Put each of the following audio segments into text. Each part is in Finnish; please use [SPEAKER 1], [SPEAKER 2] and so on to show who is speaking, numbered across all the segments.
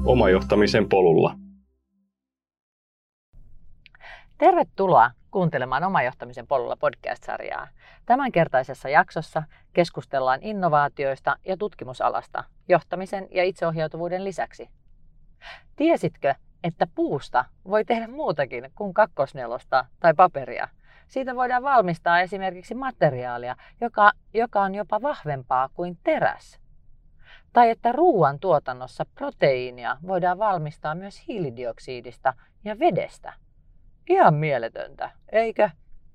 [SPEAKER 1] omajohtamisen polulla.
[SPEAKER 2] Tervetuloa kuuntelemaan Omajohtamisen polulla podcast-sarjaa. Tämänkertaisessa jaksossa keskustellaan innovaatioista ja tutkimusalasta johtamisen ja itseohjautuvuuden lisäksi. Tiesitkö, että puusta voi tehdä muutakin kuin kakkosnelosta tai paperia? Siitä voidaan valmistaa esimerkiksi materiaalia, joka on jopa vahvempaa kuin teräs. Tai että ruoan tuotannossa proteiinia voidaan valmistaa myös hiilidioksidista ja vedestä. Ihan mieletöntä, eikö?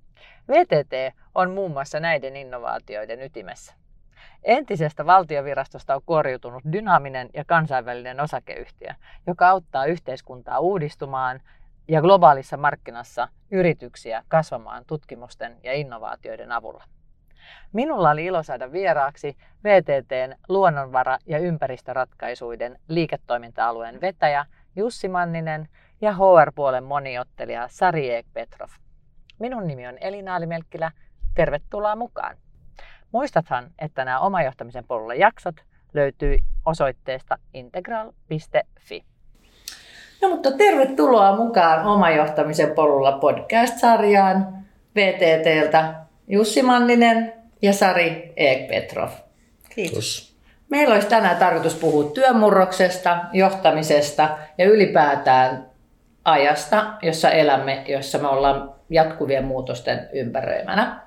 [SPEAKER 2] VTT on muun muassa näiden innovaatioiden ytimessä. Entisestä valtiovirastosta on kuoriutunut dynaaminen ja kansainvälinen osakeyhtiö, joka auttaa yhteiskuntaa uudistumaan ja globaalissa markkinassa yrityksiä kasvamaan tutkimusten ja innovaatioiden avulla. Minulla oli ilo saada vieraaksi VTT:n luonnonvara- ja ympäristöratkaisuiden liiketoiminta-alueen vetäjä Jussi Manninen ja HR-puolen moniottelija Sari Ek-Petrov. Minun nimi on Elina Ali-Melkkilä. Tervetuloa mukaan. Muistathan, että nämä omajohtamisen polulla jaksot löytyy osoitteesta integral.fi. No mutta tervetuloa mukaan Omajohtamisen polulla podcast-sarjaan VTT:ltä Jussi Manninen ja Sari Ek-Petrov.
[SPEAKER 3] Kiitos.
[SPEAKER 2] Meillä olisi tänään tarkoitus puhua työnmurroksesta, johtamisesta ja ylipäätään ajasta, jossa elämme, jossa me ollaan jatkuvien muutosten ympäröimänä.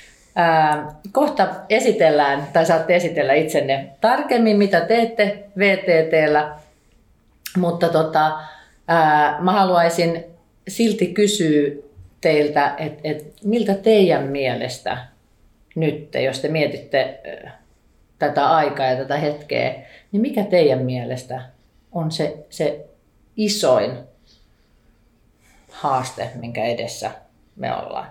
[SPEAKER 2] Kohta esitellään, tai saatte esitellä itsenne tarkemmin, mitä teette VTT:llä, mutta mä haluaisin silti kysyä teiltä, että miltä teidän mielestä nyt, jos te mietitte tätä aikaa ja tätä hetkeä, niin mikä teidän mielestä on se isoin haaste, minkä edessä me ollaan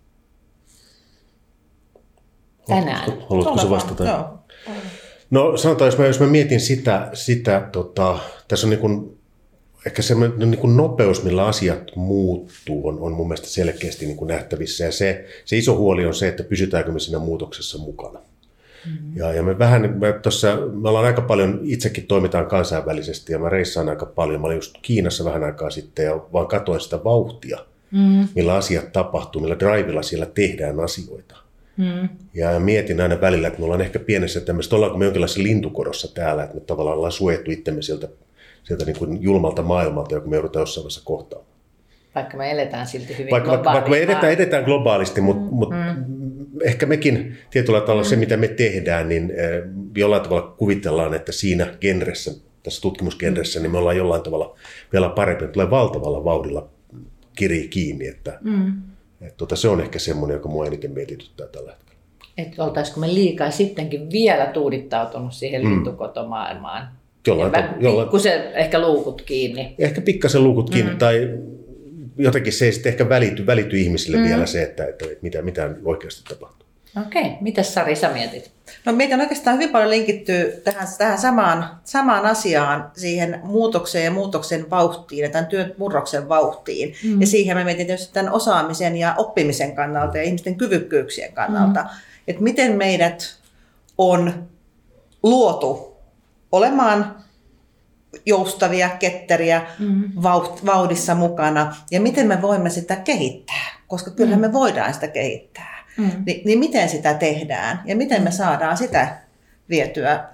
[SPEAKER 2] tänään?
[SPEAKER 3] Haluatko se vastata? Joo. No sanotaan, jos mä mietin sitä tässä on niin kuin, ehkä semmoinen niin kuin nopeus, millä asiat muuttuu, on mun mielestä selkeästi niin kuin nähtävissä. Ja se iso huoli on se, että pysytäänkö me siinä muutoksessa mukana. Mm-hmm. Ja me ollaan aika paljon, itsekin toimitaan kansainvälisesti ja mä reissaan aika paljon. Mä olin just Kiinassa vähän aikaa sitten ja vaan katsoin sitä vauhtia, millä asiat tapahtuu, millä drivilla siellä tehdään asioita. Ja mietin aina välillä, että me ollaan ehkä pienessä tämmöistä, ollaanko me jonkinlaisessa lintukorossa täällä, että me tavallaan ollaan suojattu itsemme sieltä niin kuin julmalta maailmalta, joka me joudutaan jossain vaiheessa kohtaamaan.
[SPEAKER 2] Vaikka me eletään silti hyvin
[SPEAKER 3] globaalisti. Vaikka me edetään globaalisti, mutta ehkä mekin tietyllä tavalla se, mitä me tehdään, niin jollain tavalla kuvitellaan, että siinä genressä, tässä tutkimusgenressä, niin me ollaan jollain tavalla vielä parempi. Tulee valtavalla vauhdilla kiinni, että se on ehkä semmoinen, joka mua eniten mietityttää tällä hetkellä.
[SPEAKER 2] Että oltaisiko me liikaa sittenkin vielä tuudittautunut siihen lintukotomaailmaan? Pikkusen ehkä luukut kiinni.
[SPEAKER 3] Ehkä pikkasen luukut kiinni tai jotenkin se ei sitten ehkä välity ihmisille vielä se, että mitä oikeasti tapahtuu.
[SPEAKER 2] Okei. Mitäs Sari, sä mietit?
[SPEAKER 4] No mietin oikeastaan hyvin paljon linkittyy tähän samaan asiaan, siihen muutokseen ja muutoksen vauhtiin ja tämän työn murroksen vauhtiin. Ja siihen mä mietin tietysti tämän osaamisen ja oppimisen kannalta ja ihmisten kyvykkyyksien kannalta. Että miten meidät on luotu olemaan joustavia, ketteriä, vauhdissa mukana ja miten me voimme sitä kehittää, koska kyllähän me voidaan sitä kehittää. Niin miten sitä tehdään ja miten me saadaan sitä vietyä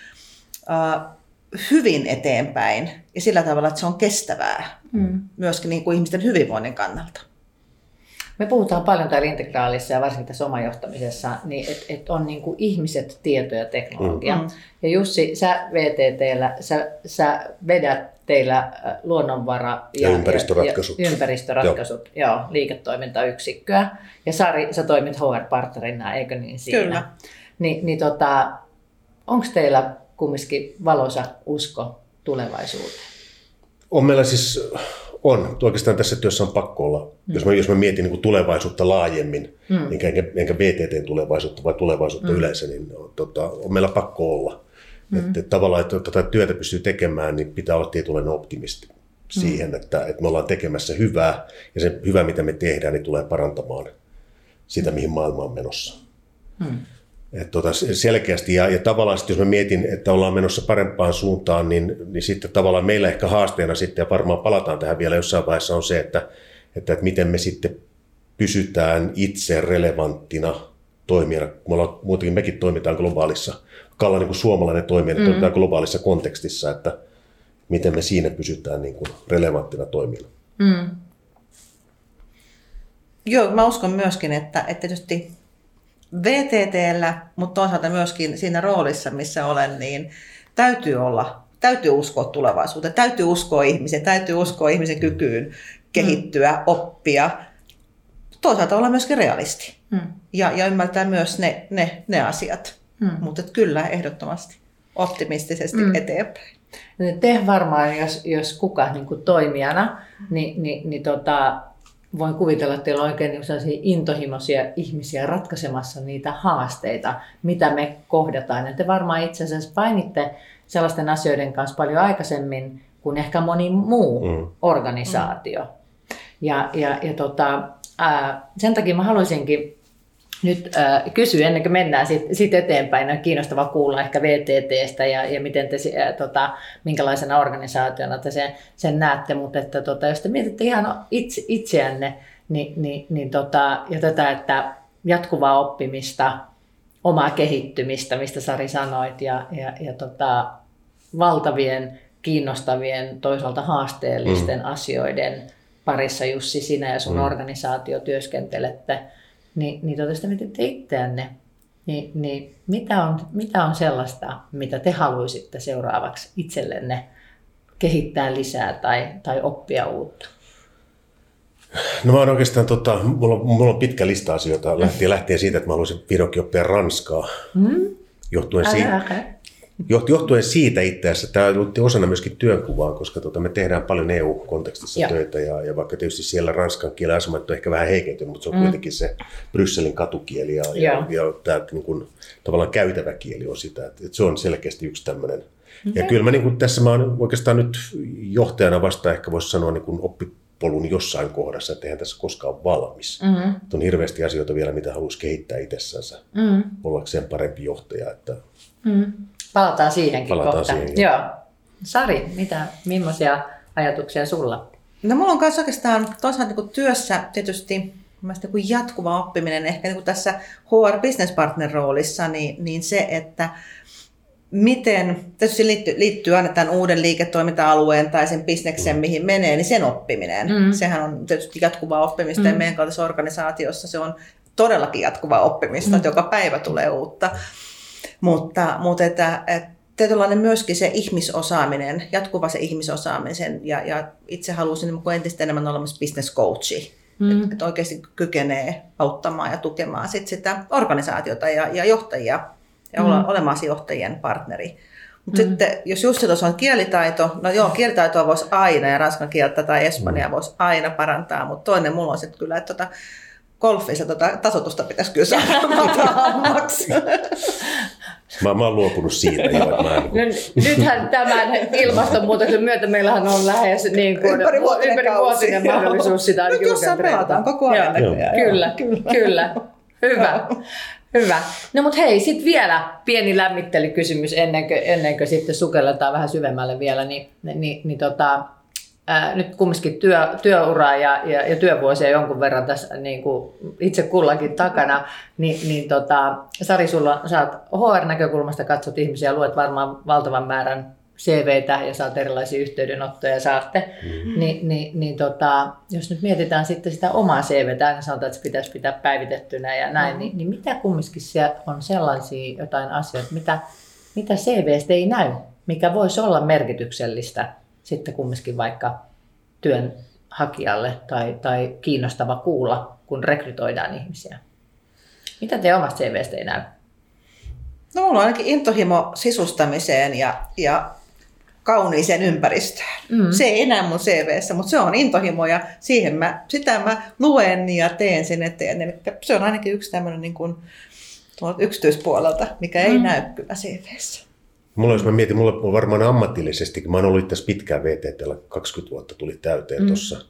[SPEAKER 4] hyvin eteenpäin ja sillä tavalla, että se on kestävää myöskin niin kuin ihmisten hyvinvoinnin kannalta.
[SPEAKER 2] Me puhutaan paljon täällä integraalissa ja varsinkin tässä omajohtamisessa, niin että on niin kuin ihmiset, tieto ja teknologia. Ja Jussi, sä VTT:llä, sä vedät teillä luonnonvara- ja ympäristöratkaisut liiketoimintayksikköä. Ja Sari, sä toimit HR-partnerina, eikö niin siinä?
[SPEAKER 4] Kyllä.
[SPEAKER 2] Onko teillä kumminkin valoisa usko tulevaisuuteen?
[SPEAKER 3] On meillä siis... Oikeastaan tässä työssä on pakko olla, jos mä mietin niin kuin tulevaisuutta laajemmin, enkä VTT:n tulevaisuutta vai tulevaisuutta yleensä, niin on meillä pakko olla. Että tavallaan, että tätä työtä pystyy tekemään, niin pitää olla tietynlainen optimisti siihen, että me ollaan tekemässä hyvää, ja se hyvä, mitä me tehdään, niin tulee parantamaan sitä, mihin maailma on menossa. selkeästi. Ja tavallaan sitten, jos mä mietin, että ollaan menossa parempaan suuntaan, niin sitten tavallaan meillä ehkä haasteena sitten, ja varmaan palataan tähän vielä jossain vaiheessa, on se, että miten me sitten pysytään itse relevanttina toimijana. Mekin toimitaan globaalissa, ollaan niin kuin suomalainen toimija, toimitaan globaalissa kontekstissa, että miten me siinä pysytään niin kuin relevanttina toimijana.
[SPEAKER 4] Joo, mä uskon myöskin, että tietysti VTT:llä, mutta toisaalta myöskin siinä roolissa, missä olen, niin täytyy uskoa tulevaisuuteen, täytyy uskoa ihmisen kykyyn kehittyä, oppia. Toisaalta olla myöskin realisti ja ymmärtää myös ne asiat, mutta kyllä ehdottomasti optimistisesti eteenpäin.
[SPEAKER 2] Te varmaan, jos kuka niin kuin toimijana, voin kuvitella, että teillä on oikein sellaisia intohimoisia ihmisiä ratkaisemassa niitä haasteita, mitä me kohdataan. Ja te varmaan itse asiassa painitte sellaisten asioiden kanssa paljon aikaisemmin kuin ehkä moni muu organisaatio. Sen takia mä haluaisinkin nyt kysyä, ennen kuin mennään sit eteenpäin, on kiinnostavaa kuulla ehkä VTT:stä ja miten te, minkälaisena organisaationa te sen näette, mutta että, jos te mietitte ihan itseänne ja tätä, että jatkuvaa oppimista, omaa kehittymistä, mistä Sari sanoit, ja valtavien, kiinnostavien, toisaalta haasteellisten asioiden parissa, Jussi, sinä ja sun organisaatio työskentelette, niin jos te mietitte itseänne, niin mitä on sellaista, mitä te haluaisitte seuraavaksi itsellenne kehittää lisää tai oppia uutta?
[SPEAKER 3] No mä oon oikeastaan, mulla on pitkä lista asioita lähtien siitä, että mä haluaisin vihdoinkin oppia ranskaa. Johtuen siitä itse asiassa, tämä on osana myöskin työnkuvaan, koska me tehdään paljon EU-kontekstissa töitä ja vaikka tietysti siellä ranskan kielen asema on ehkä vähän heikentynyt, mutta se on kuitenkin se Brysselin katukieli ja tämä niin kuin, tavallaan käytävä kieli on sitä, että se on selkeästi yksi tämmöinen. Ja kyllä mä, niin kuin, tässä mä oon oikeastaan nyt johtajana vasta ehkä voisi sanoa niin kuin oppipolun jossain kohdassa, että eihän tässä koskaan ole valmis. On hirveästi asioita vielä, mitä haluaisi kehittää itsessänsä, ollakseen parempi johtaja. Että
[SPEAKER 2] Palataan siihenkin kohtaan.
[SPEAKER 3] Joo.
[SPEAKER 2] Sari, millaisia ajatuksia sulla?
[SPEAKER 4] No mulla on myös oikeastaan toisaalta niin työssä tietysti niin jatkuva oppiminen ehkä niin tässä HR Business Partner roolissa, niin se, että miten, tietysti liittyy aina tämän uuden liiketoiminta-alueen tai sen bisneksen, mihin menee, niin sen oppiminen. Sehän on tietysti jatkuvaa oppimista ja meidän kaltaisessa organisaatiossa se on todellakin jatkuvaa oppimista, että joka päivä tulee uutta. Mutta että tietynlainen myöskin se ihmisosaaminen, jatkuva se ihmisosaamisen ja itse haluaisin entistä enemmän olla myös business coachi, että oikeasti kykenee auttamaan ja tukemaan sitä organisaatiota ja johtajia ja olemaan johtajien partneri. Mutta sitten jos just tuossa on kielitaito, no joo, kielitaitoa voisi aina ja ranskan kieltä tai espanjaa voisi aina parantaa, mutta toinen mulla on sitten kyllä, että golfissa tasotusta pitäisi kyllä saada matalammaksi.
[SPEAKER 3] Mä oon luopunut siitä jo.
[SPEAKER 2] Nythän tämän ilmastonmuutoksen myötä meillähän on lähes niin kuin ympärivuotinen mahdollisuus sitä
[SPEAKER 4] ainakin jossain pelataan koko ajan.
[SPEAKER 2] Kyllä. Hyvä. No mut hei, sitten vielä pieni lämmittelykysymys ennen kuin sitten sukelletaan vähän syvemmälle vielä. Nyt kumminkin työuraa ja työvuosia jonkun verran tässä niin kuin itse kullakin takana, Sari, sä oot HR-näkökulmasta katsot ihmisiä, luet varmaan valtavan määrän CV:tä ja saat erilaisia yhteydenottoja ja saatte. Jos nyt mietitään sitten sitä omaa CV:tä, aina sanotaan, että se pitäisi pitää päivitettynä ja näin, niin mitä kumminkin siellä on sellaisia jotain asioita, mitä CV:stä ei näy, mikä voisi olla merkityksellistä sitten kumminkin vaikka työnhakijalle tai kiinnostava kuulla, kun rekrytoidaan ihmisiä. Mitä te omasta CV:stä ei näy?
[SPEAKER 4] No mulla on ainakin intohimo sisustamiseen ja kauniiseen ympäristöön. Se ei enää mun CV:ssä, mutta se on intohimo ja sitä mä luen ja teen sen eteen. Eli se on ainakin yksi tämmöinen niin kuin yksityispuolelta, mikä ei näy kyllä CV:ssä.
[SPEAKER 3] Jos mä mietin, mulla varmaan ammatillisestikin, mä oon ollut tässä pitkään VTT:llä, 20 vuotta tuli täyteen tuossa,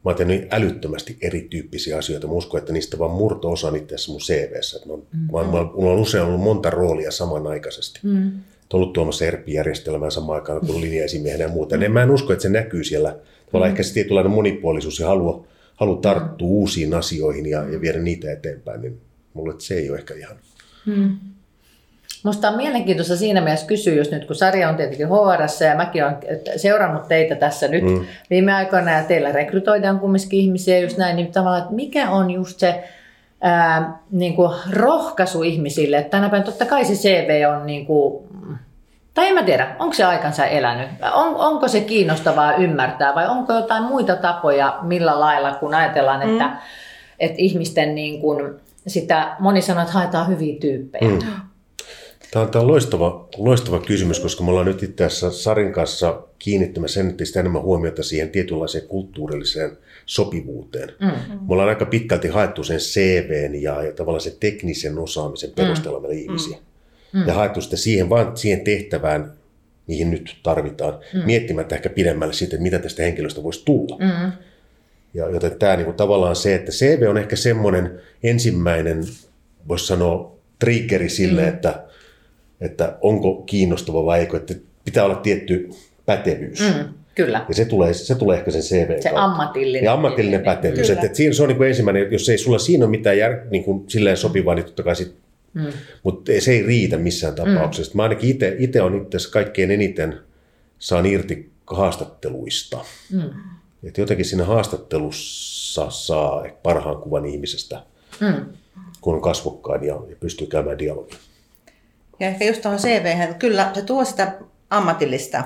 [SPEAKER 3] Mä oon tehnyt älyttömästi erityyppisiä asioita. Mä uskon, että niistä vaan murto-osa on itse asiassa mun CV:ssä. Mulla on usein ollut monta roolia samanaikaisesti. Ollut tuomassa ERP-järjestelmää samaan aikaan kuin linjaesimiehenä ja muuta. Mä en usko, että se näkyy siellä. Tavallaan ehkä se tietynlainen monipuolisuus ja halu tarttua uusiin asioihin ja viedä niitä eteenpäin. Niin mulle se ei ole ehkä ihan...
[SPEAKER 2] Minusta on mielenkiintoista siinä mielessä kysyä just nyt, kun Sari on tietenkin HR:ssä ja mäkin olen seurannut teitä tässä nyt viime aikoina ja teillä rekrytoidaan kumminkin ihmisiä just näin, niin tavallaan, että mikä on just se niin kuin rohkaisu ihmisille, että tänä päivänä totta kai se CV on niin kuin, tai en mä tiedä, onko se aikansa elänyt, onko se kiinnostavaa ymmärtää vai onko jotain muita tapoja millä lailla, kun ajatellaan, että ihmisten niin kuin, sitä moni sanoo, että haetaan hyviä tyyppejä.
[SPEAKER 3] Tämä on loistava kysymys, koska me ollaan nyt itse asiassa Sarin kanssa kiinnittämässä entistä enemmän huomiota siihen tietynlaiseen kulttuurilliseen sopivuuteen. Me ollaan aika pitkälti haettu sen CV:n ja tavallaan sen teknisen osaamisen perusteella meillä ihmisiä. Ja haettu sitä vaan siihen tehtävään, mihin nyt tarvitaan, miettimättä ehkä pidemmälle siitä, että mitä tästä henkilöstä voisi tulla. Joten tämä niin kuin tavallaan se, että CV on ehkä semmoinen ensimmäinen, voisi sanoa, triggeri sille, että onko kiinnostava vai eikö, että pitää olla tietty pätevyys.
[SPEAKER 2] Kyllä.
[SPEAKER 3] Ja se tulee ehkä sen CV kautta.
[SPEAKER 2] Se ammatillinen.
[SPEAKER 3] Ja ammatillinen pätevyys. Että siinä se on niin kuin ensimmäinen, jos ei sulla siinä ole mitään niin kuin silleen sopivaa, niin totta kai mutta se ei riitä missään tapauksessa. Mä ainakin itse on itse asiassa kaikkein eniten saan irti haastatteluista. Että jotenkin siinä haastattelussa saa parhaan kuvan ihmisestä, kun on kasvokkain ja pystyy käymään dialogia.
[SPEAKER 4] Ja ehkä just tuohon CV:hen, kyllä se tuo sitä ammatillista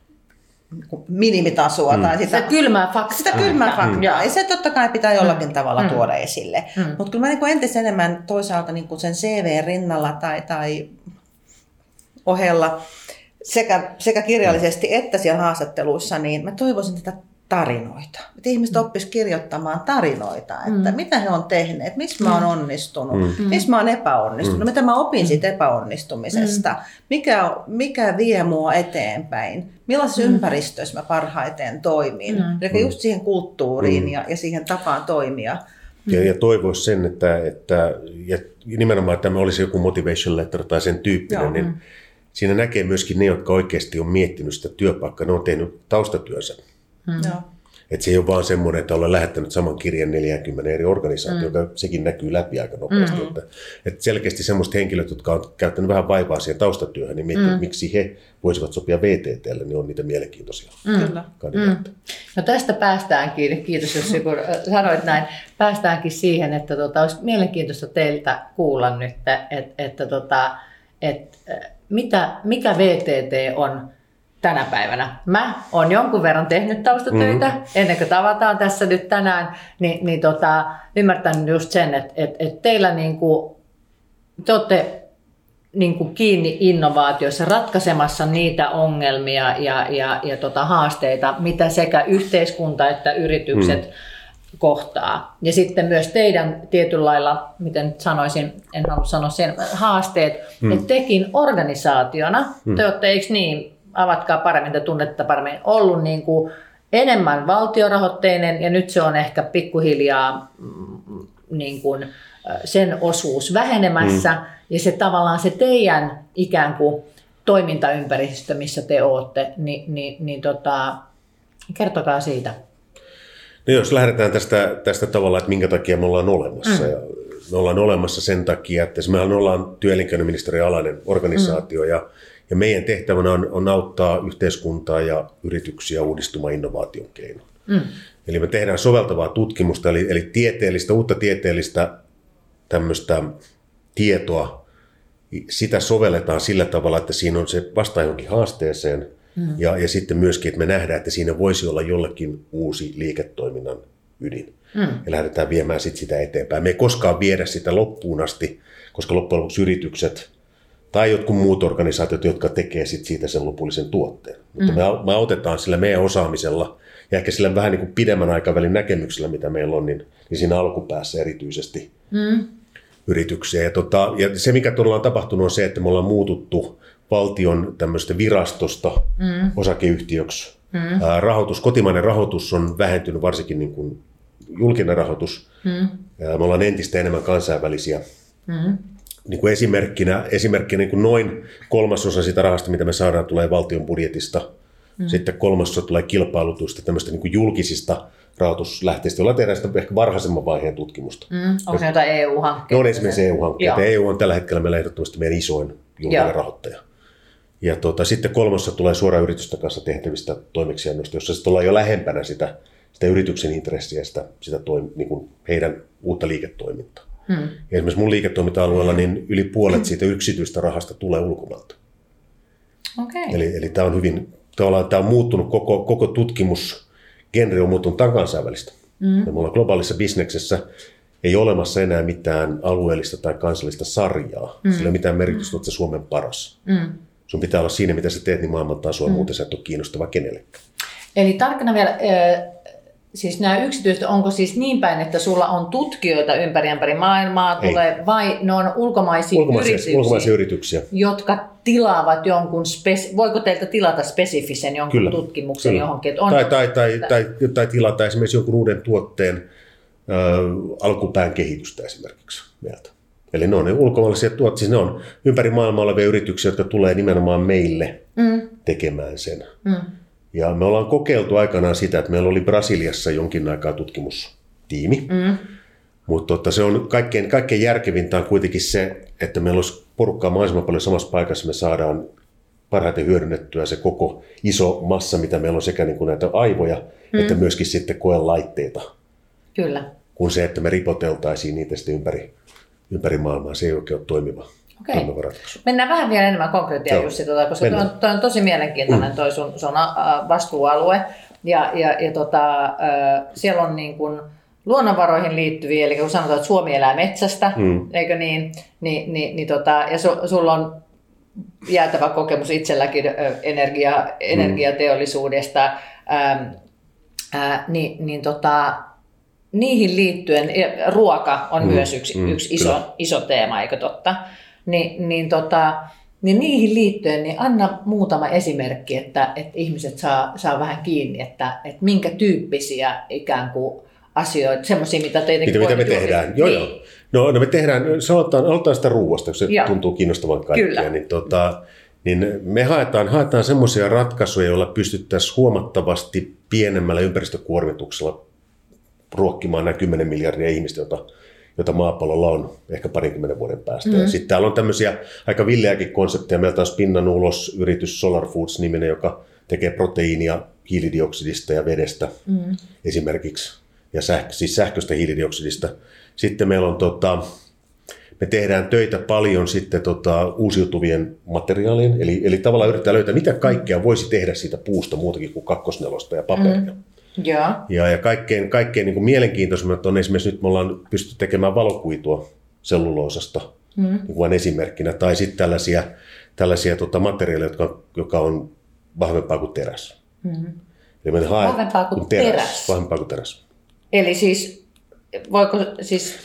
[SPEAKER 4] minimitasoa. Tai sitä
[SPEAKER 2] kylmää faktaa.
[SPEAKER 4] Sitä kylmää faktaa. Ja se totta kai pitää jollakin tavalla tuoda esille. Mutta kyllä mä niin entistä enemmän toisaalta niin sen CV-rinnalla tai ohella sekä kirjallisesti että siellä haastatteluissa, niin mä toivoisin tätä tarinoita. Että ihmiset oppisivat kirjoittamaan tarinoita, että mitä he on tehneet, missä mä oon onnistunut, missä mä oon epäonnistunut, mitä mä opin siitä epäonnistumisesta, mikä vie mua eteenpäin, millaisessa ympäristössä mä parhaiten toimin. Eli just siihen kulttuuriin ja siihen tapaan toimia.
[SPEAKER 3] Ja toivoisi sen, että nimenomaan tämä olisi joku motivation letter tai sen tyyppinen, niin siinä näkee myöskin ne, jotka oikeasti on miettinyt sitä työpaikkaa, ne on tehnyt taustatyönsä. Että se ei ole vaan semmoinen, että ollaan lähettänyt saman kirjan 40 eri organisaatioon, joka sekin näkyy läpi aika nopeasti. Että selkeästi semmoiset henkilöt, jotka on käyttänyt vähän vaivaa siihen taustatyöhön, niin miettii, miksi he voisivat sopia VTT:lle, niin on niitä mielenkiintoisia kandidaatteja.
[SPEAKER 2] No tästä päästäänkin, kiitos jos joku sanoit näin, päästäänkin siihen, että olisi mielenkiintoista teiltä kuulla nyt, että mikä VTT on tänä päivänä. Mä oon jonkun verran tehnyt taustatöitä ennen kuin tavataan tässä nyt tänään, niin ymmärtänyt just sen, että teillä niinku, te olette niinku kiinni innovaatioissa ratkaisemassa niitä ongelmia ja haasteita, mitä sekä yhteiskunta että yritykset kohtaa. Ja sitten myös teidän tietyllä lailla, miten sanoisin, en halua sanoa sen, haasteet, että tekin organisaationa, te olette, eikö niin, avatkaa paremmin, te tunnette paremmin, ollut niin kuin enemmän valtiorahoitteinen ja nyt se on ehkä pikkuhiljaa niin kuin sen osuus vähenemässä ja se tavallaan se teidän ikään kuin toimintaympäristö, missä te olette, niin kertokaa siitä.
[SPEAKER 3] No jos lähdetään tästä tavalla, että minkä takia me ollaan olemassa. Ja me ollaan olemassa sen takia, että mehän ollaan työ- ja elinkeinoministeriön alainen organisaatio ja meidän tehtävänä on auttaa yhteiskuntaa ja yrityksiä uudistumaan innovaation keinoin. Eli me tehdään soveltavaa tutkimusta, eli uutta tieteellistä tämmöistä tietoa. Sitä sovelletaan sillä tavalla, että siinä on se vastaa johonkin haasteeseen ja sitten myöskin, että me nähdään, että siinä voisi olla jollekin uusi liiketoiminnan ydin. Ja lähdetään viemään sitä eteenpäin. Me ei koskaan viedä sitä loppuun asti, koska loppujen lopuksi yritykset tai jotkut muut organisaatiot, jotka tekee siitä sen lopullisen tuotteen. Mutta me autetaan sillä meidän osaamisella ja ehkä sillä vähän niin kuin pidemmän aikavälin näkemyksellä, mitä meillä on, niin siinä alkupäässä erityisesti yrityksiä. Ja se, mikä todella on tapahtunut, on se, että me ollaan muututtu valtion tämmöistä virastosta osakeyhtiöksi Rahoitus, kotimainen rahoitus on vähentynyt, varsinkin niin kuin julkinen rahoitus. Me ollaan entistä enemmän kansainvälisiä. Niin kuin esimerkkinä niin kuin noin 1/3 sitä rahasta, mitä me saadaan, tulee valtion budjetista. Sitten 1/3 tulee kilpailutusta, tämmöistä niin kuin julkisista rahoituslähteistä, joilla tehdään sitä ehkä varhaisemman vaiheen tutkimusta.
[SPEAKER 2] Onko se jotain EU-hankkeita?
[SPEAKER 3] Ne on esimerkiksi EU-hankkeita. EU on tällä hetkellä meillä ehdottomasti meidän isoin julkinen rahoittaja. Ja sitten 1/3 tulee suoraan yritysten kanssa tehtävistä toimeksiannoista, jossa sitten ollaan jo lähempänä sitä yrityksen intressiä ja sitä niin kuin heidän uutta liiketoimintaa. Ja esimerkiksi mun liiketoiminta-alueella niin yli puolet siitä yksityistä rahasta tulee ulkomailta. Eli tämä on hyvin, tämä on muuttunut, koko tutkimusgenre on muuttunut, tämä on kansainvälistä. Ja me ollaan globaalissa bisneksessä, ei ole olemassa enää mitään alueellista tai kansallista sarjaa. Sillä ei ole mitään merkitystä, että se Suomen paras. Sun pitää olla siinä, mitä sä teet, niin maailman tasoa, muuten sä et ole kiinnostava kenellekään.
[SPEAKER 2] Eli tarkkana vielä, siis nämä yksityiset, onko siis niin päin, että sulla on tutkijoita ympäri maailmaa, vai ne on ulkomaisia
[SPEAKER 3] yrityksiä,
[SPEAKER 2] jotka tilaavat jonkun, voiko teiltä tilata spesifisen jonkun tutkimuksen johonkin?
[SPEAKER 3] Tai tilata esimerkiksi jonkun uuden tuotteen alkupään kehitystä esimerkiksi meiltä. Eli ne on ne ulkomaalaisia tuotteita, siis ne on ympäri maailmaa olevia yrityksiä, jotka tulee nimenomaan meille tekemään sen. Ja me ollaan kokeiltu aikanaan sitä, että meillä oli Brasiliassa jonkin aikaa tutkimustiimi, mutta se on kaikkein järkevintä on kuitenkin se, että meillä olisi porukkaa mahdollisimman paljon samassa paikassa, me saadaan parhaiten hyödynnettyä se koko iso massa, mitä meillä on sekä niin kuin näitä aivoja, että myöskin sitten koelaitteita.
[SPEAKER 2] Kyllä.
[SPEAKER 3] Kun se, että me ripoteltaisiin niitä sitten ympäri maailmaa, se ei oikein ole toimiva ratkaisu.
[SPEAKER 2] Mennään vähän vielä enemmän konkreettia, Jussi, koska toi on tosi mielenkiintoinen toi sun vastuualue. Siellä on niin kuin luonnonvaroihin liittyviä, eli kun sanotaan, että Suomi elää metsästä, eikö niin? Ja sulla on jäätävä kokemus itselläkin energiateollisuudesta, niihin liittyen, ruoka on myös yksi iso teema, eikö totta? Niin niihin liittyen, niin anna muutama esimerkki, että ihmiset saa vähän kiinni, että minkä tyyppisiä ikään kuin asioita, semmoisia, mitä tietenkin
[SPEAKER 3] mitä me tehdään. Joo. No me tehdään, aloitetaan sitä ruuasta, kun se tuntuu kiinnostavan kaikkia. Niin me haetaan semmoisia ratkaisuja, joilla pystyttäisiin huomattavasti pienemmällä ympäristökuormituksella ruokkimaan nämä 10 miljardia ihmistä, jota maapallolla on ehkä 20 vuoden päästä. Ja sitten täällä on tämmöisiä aika villeäkin konsepteja. Meiltä on Spinnanulos-yritys Solar Foods-niminen, joka tekee proteiinia hiilidioksidista ja vedestä esimerkiksi, ja siis sähköstä hiilidioksidista. Sitten meillä on, me tehdään töitä paljon sitten uusiutuvien materiaalien, eli tavallaan yritetään löytää, mitä kaikkea voisi tehdä siitä puusta muutakin kuin 2/4 ja paperia. Ja kaikkein niin kuin mielenkiintoisimmat on esimerkiksi nyt me ollaan pystytty tekemään valokuitua selluloosasta niin kuin esimerkkinä, tai sitten tällaisia materiaaleja, jotka on vahvempaa kuin teräs. Eli
[SPEAKER 2] vahvempaa kuin teräs?
[SPEAKER 3] Vahvempaa kuin teräs.
[SPEAKER 2] Eli siis voiko siis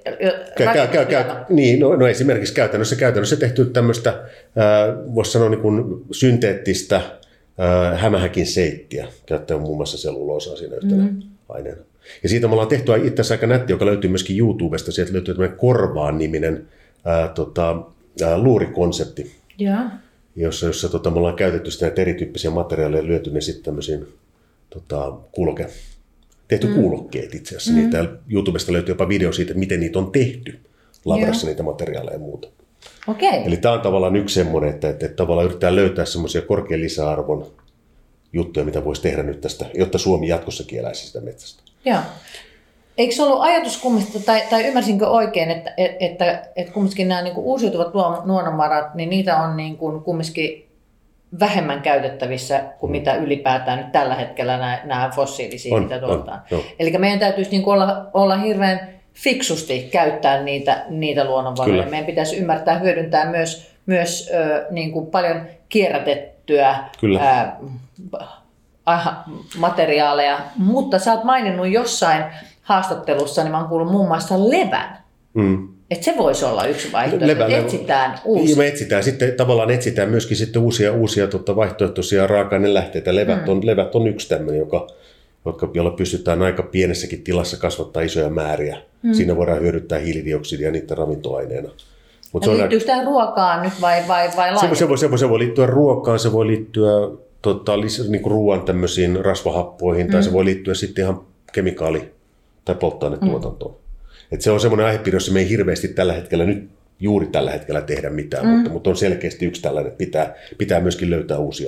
[SPEAKER 3] niin, no esimerkiksi käytännössä tehty tämmöistä, voisi sanoa niin kuin synteettistä hämähäkin seittiä, käyttäen muun muassa selluloosaa siinä yhtenä aineena. Ja siitä me ollaan tehty itse asiassa aika nätti, joka löytyy myöskin YouTubesta. Sieltä löytyy tämmöinen Korvaan-niminen luurikonsepti, jossa me ollaan käytetty sitä näitä erityyppisiä materiaaleja ja lyöty ne sitten tämmöisiin tehty kuulokkeet itse asiassa. Niitä YouTubesta löytyy jopa video siitä, miten niitä on tehty labrassa, niitä materiaaleja ja muuta. Eli tämä on tavallaan yksi semmoinen, että tavallaan yritetään löytää semmoisia korkean lisäarvon juttuja, mitä voisi tehdä nyt tästä, jotta Suomi jatkossakin eläisi sitä metsästä.
[SPEAKER 2] Joo. Eikö se ollut ajatus kumminkin, tai ymmärsinkö oikein, että kumminkin nämä niin kuin uusiutuvat luonnonvarat, niin niitä on niin kuin kumminkin vähemmän käytettävissä kuin mitä ylipäätään nyt tällä hetkellä nämä fossiilisia, mitä tuotetaan. Eli meidän täytyisi niin kuin olla hirveän fiksusti käyttää niitä luonnonvaroja. Kyllä. Meidän pitäisi ymmärtää hyödyntää myös niin kuin paljon kierrätettyä materiaaleja. Mutta sä oot maininnut jossain haastattelussa, niin mä oon kuullut muun muassa levän. Että se voisi olla yksi vaihtoehto, että etsitään uusia.
[SPEAKER 3] Me etsitään myöskin sitten uusia vaihtoehtoisia raaka-ainelähteitä. Levät on yksi tämmöinen, jolla pystytään aika pienessäkin tilassa kasvattaa isoja määriä. Siinä voidaan hyödyntää hiilidioksidia niiden ravintoaineena.
[SPEAKER 2] Liittyykö tämä ruokaan nyt vai
[SPEAKER 3] se voi liittyä ruokaan, se voi liittyä niin ruoan tämmöisiin rasvahappoihin, tai se voi liittyä sitten ihan kemikaali- tai polttoainetuotantoon. Et se on semmoinen aihepiiri, jossa me ei hirveästi juuri tällä hetkellä tehdä mitään, mutta on selkeästi yksi tällainen, että pitää myöskin löytää uusia.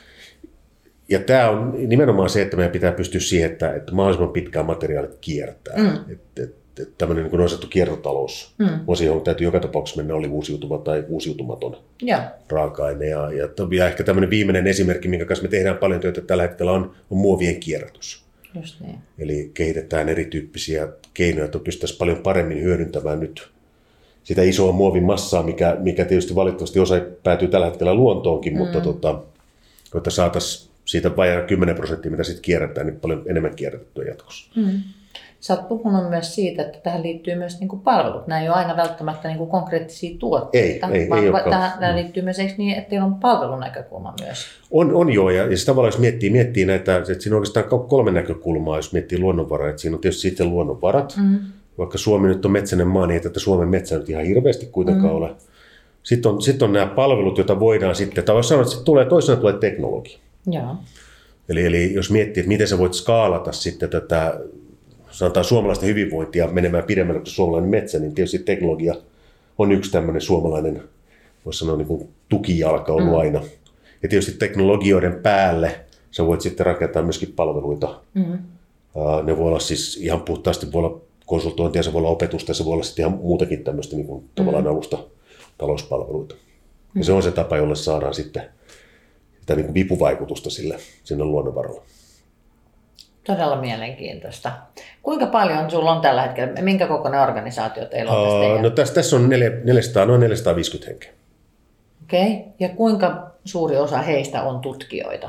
[SPEAKER 3] Ja tämä on nimenomaan se, että meidän pitää pystyä siihen, että mahdollisimman pitkään materiaalit kiertää. Tämmöinen niin osattu kiertotalous on siihen, johon täytyy joka tapauksessa mennä, oli uusiutuva tai uusiutumaton raaka-aine. Ja ehkä tämmöinen viimeinen esimerkki, minkä kanssa me tehdään paljon työtä tällä hetkellä, on muovien kierrätys.
[SPEAKER 2] Just niin.
[SPEAKER 3] Eli kehitetään erityyppisiä keinoja, että pystyttäisiin paljon paremmin hyödyntämään nyt sitä isoa muovin massaa, mikä tietysti valitettavasti osa päätyy tällä hetkellä luontoonkin, mutta jotta saataisiin siitä vajaa 10%, mitä sitten kierrätään, niin paljon enemmän kierrätettyä jatkossa.
[SPEAKER 2] Sä oot puhunut myös siitä, että tähän liittyy myös niin kuin palvelut. Nämä ei ole aina välttämättä niin kuin konkreettisia tuotteita, vaan tähän liittyy myös niin, että teillä on palvelunäkökulma myös.
[SPEAKER 3] On joo, ja sitten tavallaan jos miettii näitä, että siinä on oikeastaan 3 näkökulmaa, jos miettii luonnonvaraa, että siinä on tietysti sitten luonnonvarat, vaikka Suomi nyt on metsäinen maa, niin ei tätä Suomen metsää nyt ihan hirveästi kuitenkaan ole. Sitten on nämä palvelut, joita voidaan sitten, tai jos sanoo, että toisena tulee teknologia.
[SPEAKER 2] Joo.
[SPEAKER 3] Eli jos miettii, että miten sä voit skaalata sitten tätä, sanotaan suomalaista hyvinvointia menemään pidemmälle kuin suomalainen metsä, niin tietysti teknologia on yksi tämmöinen suomalainen, voisi sanoa niin kuin tukijalka ollut aina. Ja tietysti teknologioiden päälle sä voit sitten rakentaa myöskin palveluita. Ne voi olla siis ihan puhtaasti, voi olla konsultointia, se voi olla opetusta, se voi olla sitten ihan muutakin tämmöistä niin kuin tavallaan alusta talouspalveluita. Ja se on se tapa, jolle saadaan sitten sitä niin kuin vipuvaikutusta sinne luonnonvaralle.
[SPEAKER 2] Todella mielenkiintoista. Kuinka paljon sulla on tällä hetkellä, minkä kokoinen organisaatio teillä on tästä?
[SPEAKER 3] No tässä on noin 450 henkeä.
[SPEAKER 2] Okei. Ja kuinka suuri osa heistä on tutkijoita?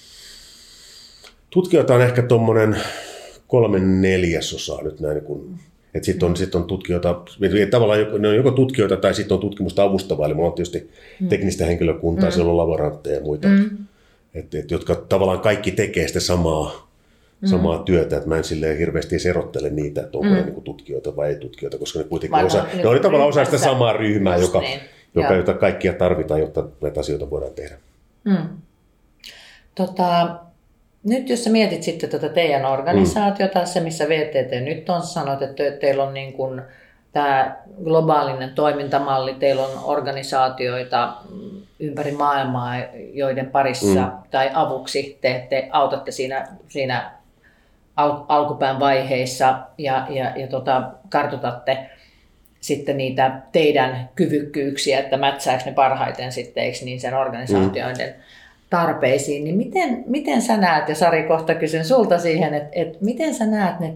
[SPEAKER 3] Tutkijoita on ehkä tuommoinen 3/4 nyt näin, että sitten on tutkijoita, tavallaan ne on joko tutkijoita tai sitten on tutkimusta avustavaa, eli mulla on tietysti teknistä henkilökuntaa, siellä on laborantteja ja muita, jotka tavallaan kaikki tekee sitä samaa työtä, että mä en silleen hirveästi erottele niitä, että onko ne niin tutkijoita vai ei tutkijoita, koska ne kuitenkin ne on tavallaan osa sitä samaa ryhmää, jota kaikkia tarvitaan, jotta näitä asioita voidaan tehdä.
[SPEAKER 2] Nyt jos sä mietit sitten tätä teidän organisaatiota, se missä VTT nyt on, sanoit, että teillä on niin kuin tämä globaalinen toimintamalli, teillä on organisaatioita ympäri maailmaa, joiden parissa tai avuksi te autatte siinä alkupään vaiheissa ja kartoitatte sitten niitä teidän kyvykkyyksiä, että mätsääkö ne parhaiten sitten niin sen organisaatioiden tarpeisiin, niin miten sä näet, ja Sari kohta kysyn sulta siihen, että miten sä näet ne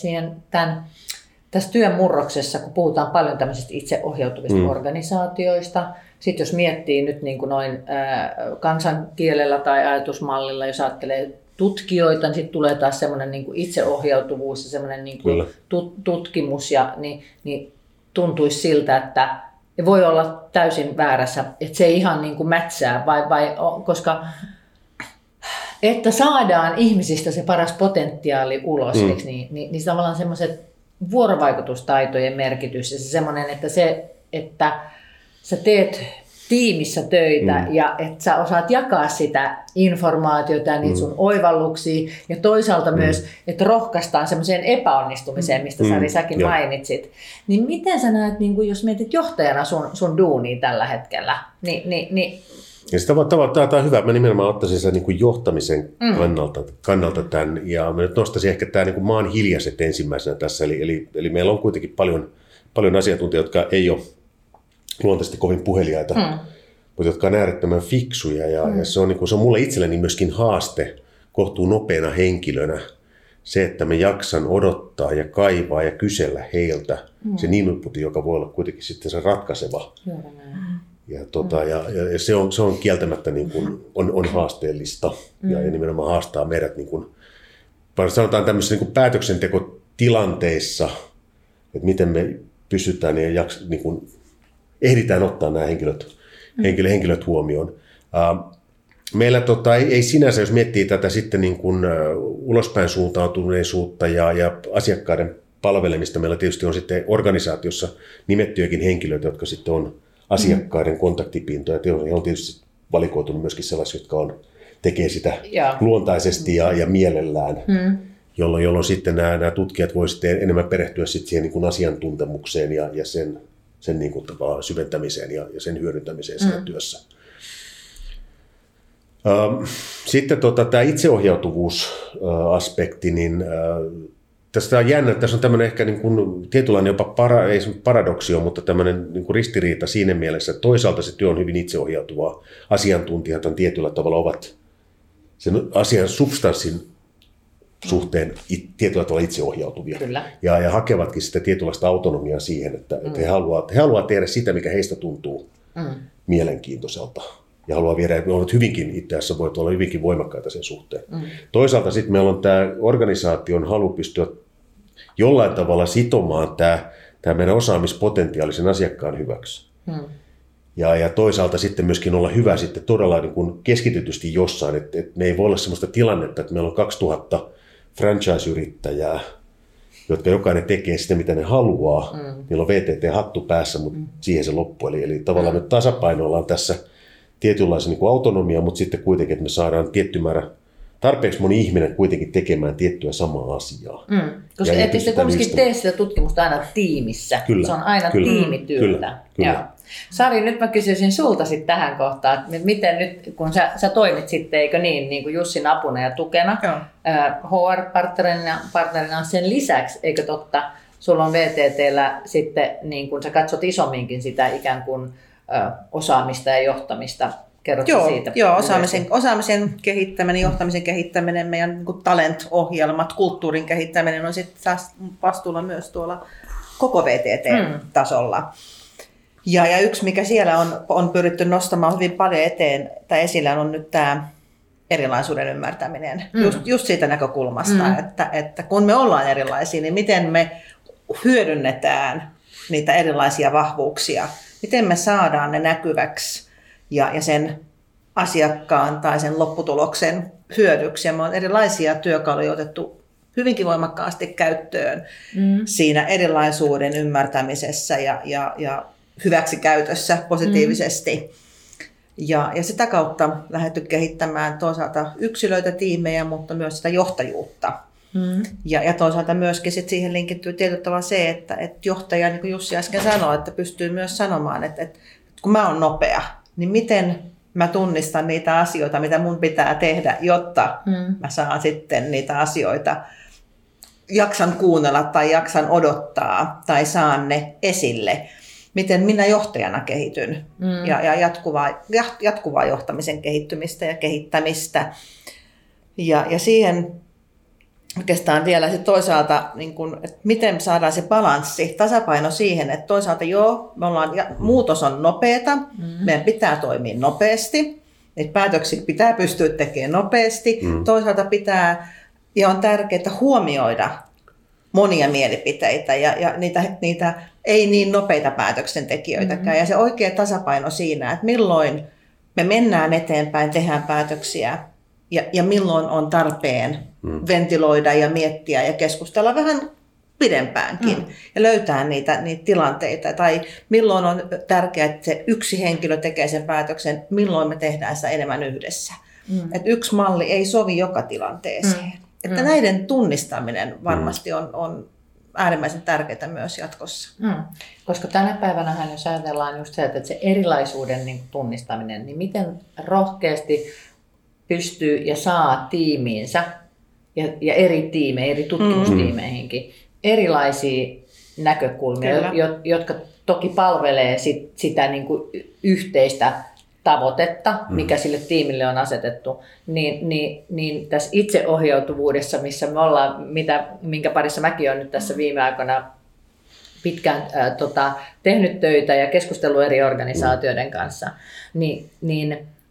[SPEAKER 2] tässä työn murroksessa, kun puhutaan paljon tämmöisistä itseohjautuvista organisaatioista, sitten jos miettii nyt niin kuin noin kansankielellä tai ajatusmallilla, jos ajattelee tutkijoita, niin sitten tulee taas semmoinen niin kuin itseohjautuvuus ja semmoinen niin kuin tutkimus, ja niin tuntuisi siltä, että voi olla täysin väärässä, että se ei ihan niin kuin mätsää, koska että saadaan ihmisistä se paras potentiaali ulos, niin tavallaan semmoiset vuorovaikutustaitojen merkitys ja se semmoinen, että sä teet tiimissä töitä ja että sä osaat jakaa sitä informaatiota ja niitä sun oivalluksia ja toisaalta myös, että rohkaistaan semmoiseen epäonnistumiseen, mistä Sari säkin mainitsit. Niin miten sä näet, niin kun jos mietit johtajana sun duunia tällä hetkellä, niin
[SPEAKER 3] ja tämä on hyvä. Mä nimenomaan ottaisin sen niin kuin johtamisen kannalta tämän. Ja mä nyt nostaisin ehkä tämä niin kuin maan hiljaiset ensimmäisenä tässä. Eli meillä on kuitenkin paljon asiantuntijoita, jotka ei ole luontaisesti kovin puheliaita, mutta jotka on äärettömän fiksuja. Ja se on mulle itselleni myöskin haaste kohtuu nopeana henkilönä. Se, että me jaksan odottaa ja kaivaa ja kysellä heiltä sen inputin, joka voi olla kuitenkin sitten se ratkaiseva. Ja se on kieltämättä niin kuin, on haasteellista ja nimenomaan haastaa meidät niin kuin, sanotaan tämmöisissä niin kuin päätöksentekotilanteissa, että miten me pystytään ja niin kuin ehditään ottaa nämä henkilöt huomioon. Meillä ei sinänsä, jos miettii tätä sitten niin kuin ulospäin suuntautuneisuutta ja asiakkaiden palvelemista, meillä tietysti on sitten organisaatiossa nimettyjäkin henkilöitä, jotka sitten on asiakkaiden kontaktipintoja. He on tietysti valikoitunut myöskin sellaisia, jotka tekee sitä luontaisesti ja mielellään, jolloin sitten nämä tutkijat voivat sitten enemmän perehtyä sitten siihen niin kuin asiantuntemukseen ja sen niin kuin syventämiseen ja sen hyödyntämiseen siinä työssä. Sitten tämä itseohjautuvuusaspekti, niin tästä on jännä, tässä on tämmöinen ehkä niin kuin tietynlainen jopa ei paradoksio, mutta tämmöinen niin kuin ristiriita siinä mielessä, että toisaalta se työ on hyvin itseohjautuvaa. Asiantuntijat on tietyllä tavalla ovat sen asian substanssin suhteen tietyllä tavalla itseohjautuvia. Kyllä. Ja hakevatkin sitä tietynlaista autonomiaa siihen, että he haluavat tehdä sitä, mikä heistä tuntuu mielenkiintoiselta. Ja haluaa viedä, että me olemme hyvinkin itse asiassa voivat olla hyvinkin voimakkaita sen suhteen. Toisaalta sitten meillä on tämä organisaation halu pystyä jollain tavalla sitomaan tämä meidän osaamispotentiaalisen asiakkaan hyväksi. Ja toisaalta sitten myöskin olla hyvä sitten todella niin kuin keskitytysti jossain, että me ei voi olla sellaista tilannetta, että meillä on 2000 franchise-yrittäjää, jotka jokainen tekee sitä, mitä ne haluaa. Niillä on VTT-hattu päässä, mutta siihen se loppuu. Eli tavallaan me tasapainoillaan tässä tietynlaisen niin kuin autonomia, mutta sitten kuitenkin, että me saadaan tietty määrä, tarpeeksi moni ihminen kuitenkin tekemään tiettyä samaa asiaa.
[SPEAKER 2] Koska ette sitten kumminkin tee sitä tutkimusta aina tiimissä.
[SPEAKER 3] Kyllä,
[SPEAKER 2] se on aina tiimityötä.
[SPEAKER 3] Kyllä.
[SPEAKER 2] Sari, nyt mä kysyisin sulta sitten tähän kohtaan, että miten nyt, kun sä toimit sitten, eikö niin kuin Jussin apuna ja tukena HR-partnerina sen lisäksi, eikö totta, sulla on VTT:llä sitten, niin kun sä katsot isomminkin sitä ikään kuin osaamista ja johtamista. Kerrotko siitä?
[SPEAKER 4] Joo, osaamisen kehittäminen, johtamisen kehittäminen, meidän niin kuin talent-ohjelmat, kulttuurin kehittäminen on sitten vastuulla myös tuolla koko VTT-tasolla. Ja yksi, mikä siellä on pyritty nostamaan hyvin paljon esillä, on nyt tämä erilaisuuden ymmärtäminen. Just siitä näkökulmasta, että kun me ollaan erilaisia, niin miten me hyödynnetään niitä erilaisia vahvuuksia, miten me saadaan ne näkyväksi ja sen asiakkaan tai sen lopputuloksen hyödyksi. Ja me on erilaisia työkaluja otettu hyvinkin voimakkaasti käyttöön siinä erilaisuuden ymmärtämisessä ja hyväksikäytössä positiivisesti. Ja sitä kautta lähdetty kehittämään toisaalta yksilöitä, tiimejä, mutta myös sitä johtajuutta. Ja toisaalta myöskin sit siihen linkittyy tietyllä tavalla se, että johtaja, niin kuin Jussi äsken sanoi, että pystyy myös sanomaan, että kun mä oon nopea, niin miten mä tunnistan niitä asioita, mitä mun pitää tehdä, jotta mä saan sitten niitä asioita, jaksan kuunnella tai jaksan odottaa tai saan ne esille. Miten minä johtajana kehityn ja jatkuvaa johtamisen kehittymistä ja kehittämistä. Ja siihen oikeastaan vielä sit toisaalta, niin kun, että miten saadaan se balanssi, tasapaino siihen, että toisaalta muutos on nopeata, meidän pitää toimia nopeasti, että päätöksiä pitää pystyä tekemään nopeasti, toisaalta on tärkeää huomioida monia mielipiteitä ja niitä ei niin nopeita päätöksentekijöitäkään. Ja se oikea tasapaino siinä, että milloin me mennään eteenpäin, tehdään päätöksiä ja milloin on tarpeen ventiloida ja miettiä ja keskustella vähän pidempäänkin ja löytää niitä tilanteita. Tai milloin on tärkeää, että se yksi henkilö tekee sen päätöksen, milloin me tehdään sitä enemmän yhdessä. Että yksi malli ei sovi joka tilanteeseen. Että näiden tunnistaminen varmasti on äärimmäisen tärkeää myös jatkossa.
[SPEAKER 2] Koska tänä päivänä, jos ajatellaan just se, että se erilaisuuden niin tunnistaminen, niin miten rohkeasti pystyy ja saa tiimiinsä ja eri tiimeihin, eri tutkimustiimeihinkin erilaisia näkökulmia, jotka toki palvelee sitä niin kuin yhteistä tavoitetta, mikä sille tiimille on asetettu, niin tässä itseohjautuvuudessa, missä me ollaan, minkä parissa mäkin olen nyt tässä viime aikoina pitkään tehnyt töitä ja keskustellut eri organisaatioiden kanssa, niin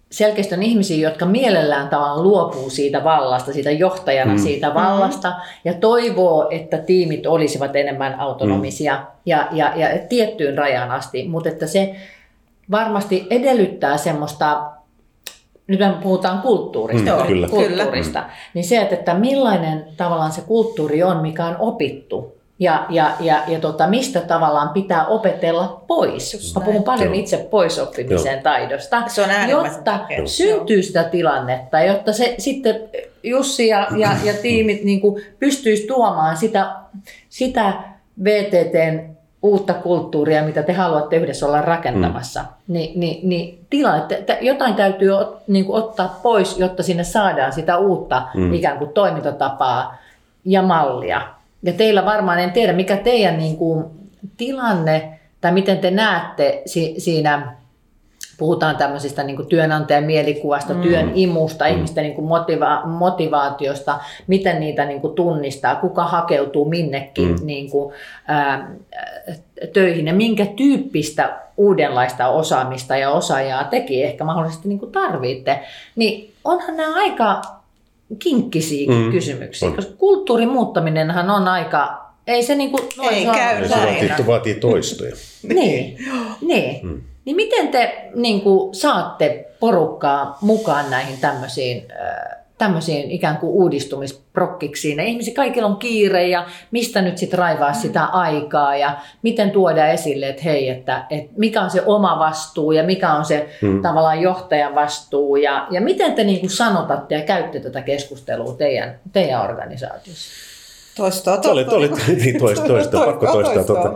[SPEAKER 2] selkeästi on ihmisiä, jotka mielellään tavallaan luopuu siitä vallasta, siitä johtajana siitä vallasta ja toivoo, että tiimit olisivat enemmän autonomisia ja tiettyyn rajaan asti, mutta että se varmasti edellyttää semmoista, nyt me puhutaan kulttuurista, niin se, että millainen tavallaan se kulttuuri on, mikä on opittu. Ja mistä tavallaan pitää opetella pois. Mä puhun paljon itse poisoppimisen taidosta, jotta syntyy sitä tilannetta, jotta se sitten Jussi ja tiimit niin kuin pystyisi tuomaan sitä VTTn uutta kulttuuria, mitä te haluatte yhdessä olla rakentamassa. Niin tilanne, jotain täytyy niin kuin ottaa pois, jotta sinne saadaan sitä uutta ikään kuin toimintatapaa ja mallia. Ja teillä varmaan, en tiedä mikä teidän niin kuin tilanne tai miten te näette siinä, puhutaan tämmöisistä niin kuin työnantajan mielikuvasta, työn imusta, ihmisten niin kuin motivaatiosta, miten niitä niin kuin tunnistaa, kuka hakeutuu minnekin niin kuin, töihin ja minkä tyyppistä uudenlaista osaamista ja osaajaa teki ehkä mahdollisesti niin kuin tarvitte, niin onhan nämä aika kinkkisiäkin kysymyksiä, koska kulttuurin muuttaminenhan on aika, ei se niin kuin
[SPEAKER 3] se vaatii toistoja.
[SPEAKER 2] Niin. Niin miten te niin kuin saatte porukkaa mukaan näihin tämmöisiin ikään kuin uudistumisprokkiksiin? Ihmiset kaikilla on kiire ja mistä nyt sitten raivaa sitä aikaa ja miten tuoda esille, että hei, että mikä on se oma vastuu ja mikä on se tavallaan johtajan vastuu ja miten te niin kuin sanotatte ja käytte tätä keskustelua teidän organisaatiossa?
[SPEAKER 4] Toistoa.
[SPEAKER 3] Pakko toistaa.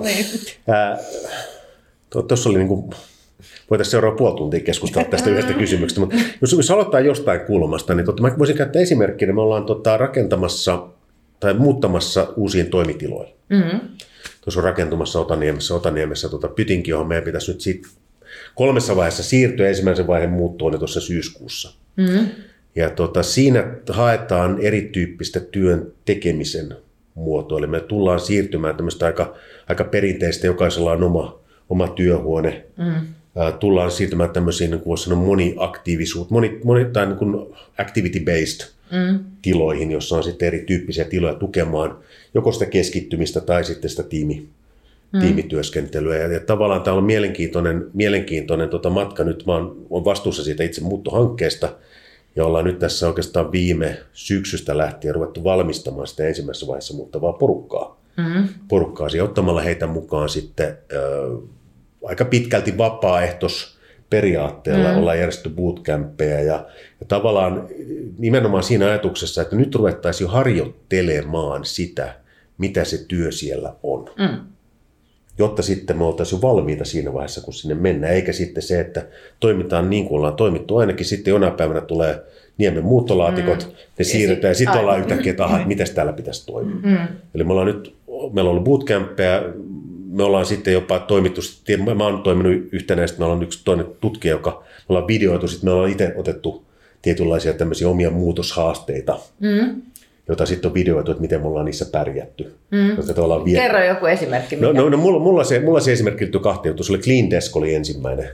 [SPEAKER 3] Tuossa oli niin kuin, voitaisiin seuraava puoli tuntia keskustella tästä yhdestä kysymyksestä, mutta jos aloittaa jostain kulmasta, niin mä voisin käyttää esimerkkinä, me ollaan rakentamassa tai muuttamassa uusiin toimitiloihin. Tuossa on rakentumassa Otaniemessä pytinki, johon meidän pitäisi nyt 3 vaiheessa siirtyä. Ensimmäisen vaiheen muutto on tuossa syyskuussa. Ja siinä haetaan erityyppistä työn tekemisen muotoa, eli me tullaan siirtymään tämmöistä aika perinteistä, jokaisella on oma työhuone. Tullaan siirtymään tämmöisiin, niin kuin voisi sanoa, tai niin kuin activity-based tiloihin, jossa on sitten erityyppisiä tiloja tukemaan joko sitä keskittymistä tai sitten sitä tiimityöskentelyä. Ja tavallaan tämä on mielenkiintoinen matka. Nyt mä oon vastuussa siitä itse muuttohankkeesta ja ollaan nyt tässä oikeastaan viime syksystä lähtien ruvettu valmistamaan sitä ensimmäisessä vaiheessa muuttavaa porukkaa. Ja ottamalla heitä mukaan sitten aika pitkälti vapaaehtoisperiaatteella ollaan järjestetty bootcampeja ja tavallaan nimenomaan siinä ajatuksessa, että nyt ruvettaisiin jo harjoittelemaan sitä, mitä se työ siellä on. Jotta sitten me oltaisiin jo valmiita siinä vaiheessa, kun sinne mennään, eikä sitten se, että toimitaan niin kuin ollaan toimittu. Ainakin sitten jonain päivänä tulee Niemen muuttolaatikot, ne siirretään ja sitten ollaan yhtäkkiä, että mitäs täällä pitäisi toimia. Eli meillä on ollut bootcampeja, me ollaan sitten jopa toimittu, mä oon toiminut yhtenäistä, me ollaan yksi toinen tutkija, joka me ollaan videoitu, sitten me ollaan itse otettu tietynlaisia tämmöisiä omia muutoshaasteita, joita sitten on videoitu, että miten me ollaan niissä pärjätty.
[SPEAKER 2] Kerro joku esimerkki.
[SPEAKER 3] Mulla se esimerkki liittyy 2 juttuun. Se oli Clean Desk oli ensimmäinen.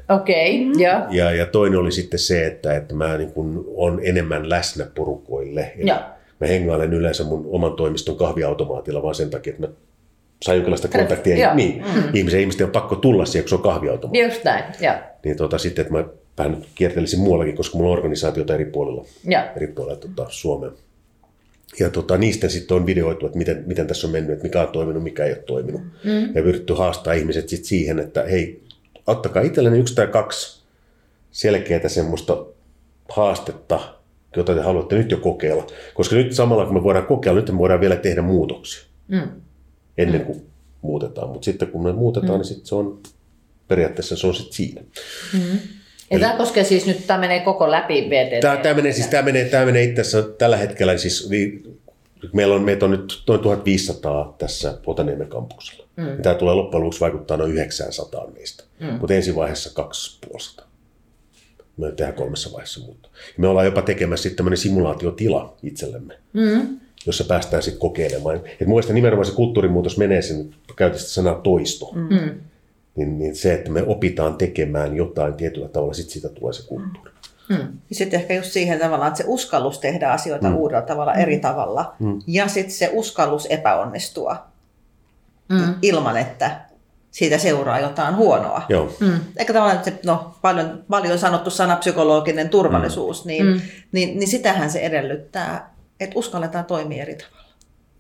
[SPEAKER 3] Ja toinen oli sitten se, että mä niin kun on enemmän läsnä porukoille. Mä hengailen yleensä mun oman toimiston kahviautomaatilla vaan sen takia, että mä sain jonkinlaista kontaktia. Ihmisten on pakko tulla siihen, kun se on kahviautomaatti.
[SPEAKER 2] Just näin,
[SPEAKER 3] niin sitten, että mä vähän kiertelisin muuallakin, koska mulla on organisaatioita eri puolilla Suomea. Ja niistä sitten on videoitu, että miten tässä on mennyt, että mikä on toiminut, mikä ei ole toiminut. Ja yritetty haastaa ihmiset sitten siihen, että hei, ottakaa itselleni 1 tai 2 selkeää semmoista haastetta, jota te haluatte nyt jo kokeilla. Koska nyt samalla kun me voidaan kokeilla, nyt me voidaan vielä tehdä muutoksia ennen kuin muutetaan. Mutta sitten kun me muutetaan, niin sitten se on periaatteessa se on sitten siinä.
[SPEAKER 2] Ja tämä koskee siis nyt, tämä menee koko läpi VTT?
[SPEAKER 3] Tämä menee itse asiassa tällä hetkellä, siis meitä on nyt noin 1500 tässä Otaniemen kampuksella. Tämä tulee loppujen lopuksi vaikuttaa noin 900 meistä, mutta ensi vaiheessa 250. Me tehdään 3 vaiheessa muutto. Me ollaan jopa tekemässä sitten tämmöinen simulaatiotila itsellemme, jossa päästään sitten kokeilemaan. Et mun mielestä nimenomaan se kulttuurimuutos menee sen, käytetään sitä sanaa toisto. Niin se, että me opitaan tekemään jotain tietyllä tavalla, sitten siitä tulee se kulttuuri.
[SPEAKER 4] Sitten ehkä just siihen tavallaan, että se uskallus tehdä asioita uudella tavalla, eri tavalla. Ja sitten se uskallus epäonnistua ilman, että siitä seuraa jotain huonoa. Eikä tavallaan, että paljon sanottu sana psykologinen turvallisuus, niin sitähän se edellyttää, että uskalletaan toimia eri tavalla.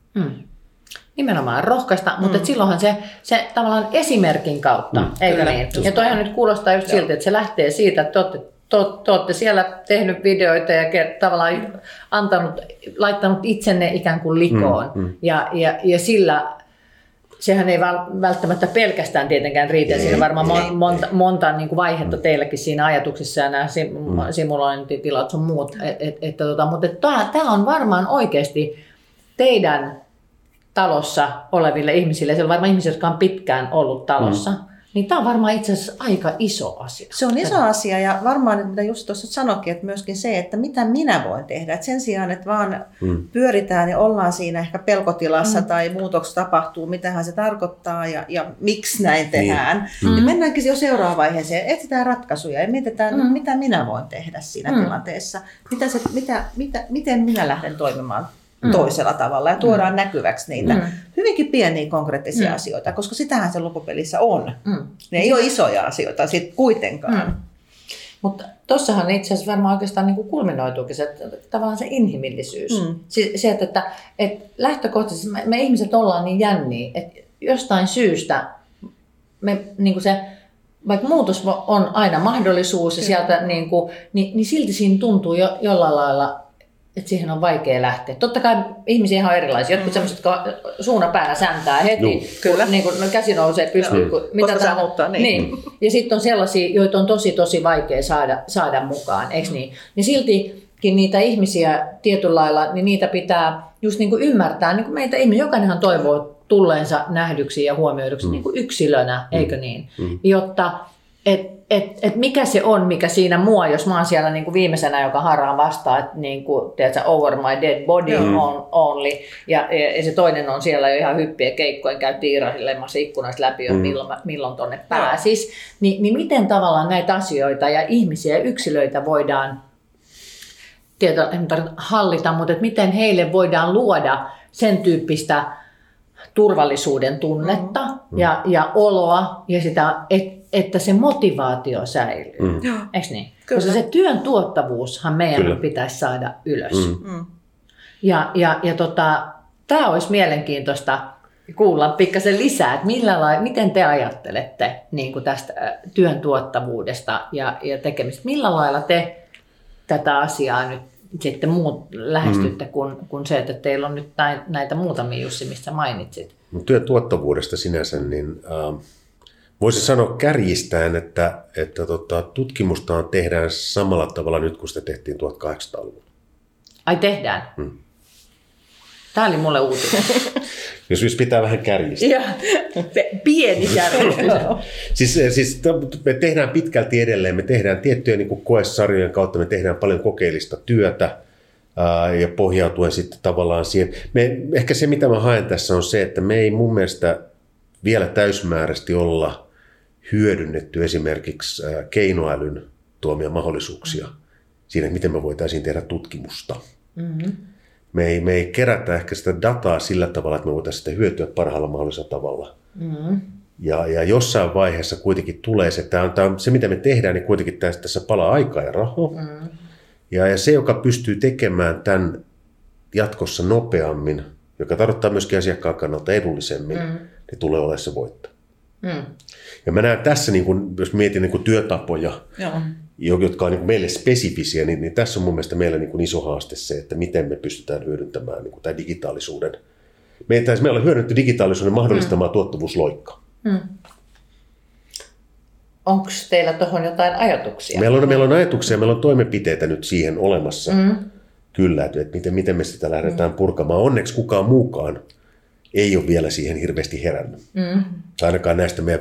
[SPEAKER 2] Nimenomaan rohkaista, mutta silloinhan se tavallaan esimerkin kautta, eikö niin? Ja toihan nyt kuulostaa just siltä, että se lähtee siitä, että te olette siellä tehnyt videoita ja tavallaan laittanut itsenne ikään kuin likoon. Ja sillä sehän ei välttämättä pelkästään tietenkään riitä. Siinä on varmaan monta niin kuin vaihetta teilläkin siinä ajatuksissa ja nämä simulointitilat sun muut. Mutta tämä on varmaan oikeasti teidän talossa oleville ihmisille, siellä on varmaan ihmisiä, jotka on pitkään ollut talossa, niin tämä on varmaan itse asiassa aika iso asia.
[SPEAKER 4] Se on iso asia ja varmaan, mitä just tuossa sanoikin, että myöskin se, että mitä minä voin tehdä. Että sen sijaan, että vaan pyöritään ja ollaan siinä ehkä pelkotilassa tai muutoksi tapahtuu, mitähän se tarkoittaa ja miksi näin tehdään, niin mennäänkin jo seuraavaan vaiheeseen, etsitään ratkaisuja ja mietitään, mitä minä voin tehdä siinä tilanteessa. Miten minä lähden toimimaan toisella tavalla ja tuodaan näkyväksi niitä hyvinkin pieniä konkreettisia asioita, koska sitähän se loppupelissä on. Ne ei ole isoja asioita sit kuitenkaan.
[SPEAKER 2] Mutta tuossahan itse asiassa varmaan oikeastaan niin kuin kulminoituukin se, tavallaan se inhimillisyys. Se, että lähtökohtaisesti me ihmiset ollaan niin jänniä, että jostain syystä me, niin kuin se, vaikka muutos on aina mahdollisuus ja sieltä, niin silti siinä tuntuu jollain lailla, että siihen on vaikea lähteä. Totta kai ihmisiä on erilaisia. Jotkut sellaiset, jotka suuna päänä säntää heti, niin kun käsi nousee pystyyn.
[SPEAKER 4] Koska sä muuttaa,
[SPEAKER 2] niin. Ja sitten on sellaisia, joita on tosi vaikea saada mukaan. Eikö niin? Ja siltikin niitä ihmisiä tietyllä lailla, niin niitä pitää just niin kuin ymmärtää. Niin kuin meitä ihmisiä, jokainenhan toivoo tulleensa nähdyksi ja huomioiduksi niin kuin yksilönä, eikö niin? Jotta mikä se on, mikä siinä jos mä oon siellä niin kuin viimeisenä, joka harraan vastaan, että niin kuin, tiedätkö, over my dead body only, ja se toinen on siellä jo ihan hyppien keikkojen, käy tiirailemassa ikkunasta läpi, milloin tonne pääsis. Niin miten tavallaan näitä asioita ja ihmisiä ja yksilöitä voidaan hallita, mutta että miten heille voidaan luoda sen tyyppistä turvallisuuden tunnetta ja oloa ja sitä, että se motivaatio säilyy. Eikö niin? Koska se työn tuottavuushan meidän pitäisi saada ylös. Ja tämä olisi mielenkiintoista kuulla pikkasen lisää, että miten te ajattelette niin kuin tästä työn tuottavuudesta ja tekemisestä. Millä lailla te tätä asiaa nyt sitten lähestytte kuin se, että teillä on nyt näitä muutamia, Jussi, mistä mainitsit?
[SPEAKER 3] Työn tuottavuudesta sinänsä, niin voisi sanoa kärjistäen, että tutkimusta tehdään samalla tavalla nyt, kuin sitä tehtiin 1800-luvulla.
[SPEAKER 2] Ai tehdään? Tämä oli mulle uutinen.
[SPEAKER 3] Jos pitää vähän kärjistää.
[SPEAKER 2] Pieni kärjistää.
[SPEAKER 3] siis me tehdään pitkälti edelleen. Me tehdään tiettyjä niin kuin koesarjojen kautta, me tehdään paljon kokeellista työtä ja pohjautuen sitten tavallaan siihen. Ehkä se, mitä mä haen tässä, on se, että me ei mun mielestä vielä täysmääräisesti olla hyödynnetty esimerkiksi keinoälyn tuomia mahdollisuuksia siinä, että miten me voitaisiin tehdä tutkimusta. Me ei kerätä ehkä sitä dataa sillä tavalla, että me voitaisiin sitä hyötyä parhaalla mahdollisella tavalla. Ja jossain vaiheessa kuitenkin tulee se, että se mitä me tehdään, niin kuitenkin tässä palaa aikaa ja rahaa. Ja se, joka pystyy tekemään tämän jatkossa nopeammin, joka tarkoittaa myöskin asiakkaan kannalta edullisemmin, niin tulee olemaan se voitto. Ja mä näen tässä, niin kun, jos mietin niin kun työtapoja, jotka on niin kun meille spesifisiä, niin tässä on mun mielestä meillä niin kun iso haaste se, että miten me pystytään hyödyntämään niin kun tämän digitaalisuuden. Me ollaan hyödynnetty digitaalisuuden mahdollistamaa tuottavuusloikkaa.
[SPEAKER 2] Onko teillä tuohon jotain ajatuksia?
[SPEAKER 3] Meillä on ajatuksia, meillä on toimenpiteitä nyt siihen olemassa. Kyllä, että miten me sitä lähdetään purkamaan. Onneksi kukaan muukaan ei ole vielä siihen hirveästi herännyt. Ainakaan näistä meidän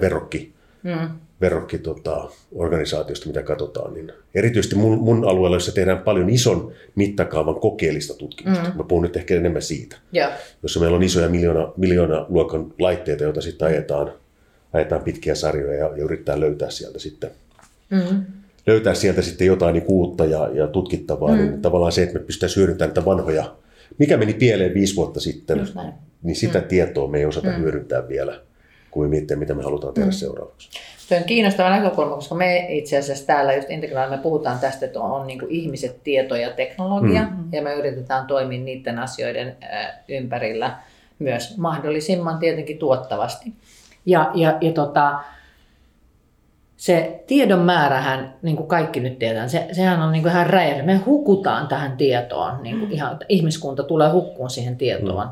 [SPEAKER 3] verrokki-organisaatiosta, mitä katsotaan. Niin erityisesti mun alueella, jossa tehdään paljon ison mittakaavan kokeellista tutkimusta. Mä puhun nyt ehkä enemmän siitä. Jossa meillä on isoja miljoona luokan laitteita, joita sitten ajetaan pitkiä sarjoja ja yrittää löytää sieltä sitten löytää sieltä sitten jotain niin uutta ja tutkittavaa, niin tavallaan se, että me pystytään hyödyntämään niitä vanhoja, mikä meni pieleen 5 vuotta sitten, niin sitä tietoa me ei osata hyödyntää vielä kuin mitä me halutaan tehdä seuraavaksi.
[SPEAKER 2] Se on kiinnostava näkökulma, koska me itse asiassa täällä just Integraalilla me puhutaan tästä, että on niin kuin ihmiset, tieto ja teknologia, ja me yritetään toimia niiden asioiden ympärillä myös mahdollisimman tietenkin tuottavasti. Se tiedon määrähän, niin kuin kaikki nyt tiedetään, sehän on niin kuin ihan räjähdys. Me hukutaan tähän tietoon, niin kuin ihan, ihmiskunta tulee hukkuun siihen tietoon.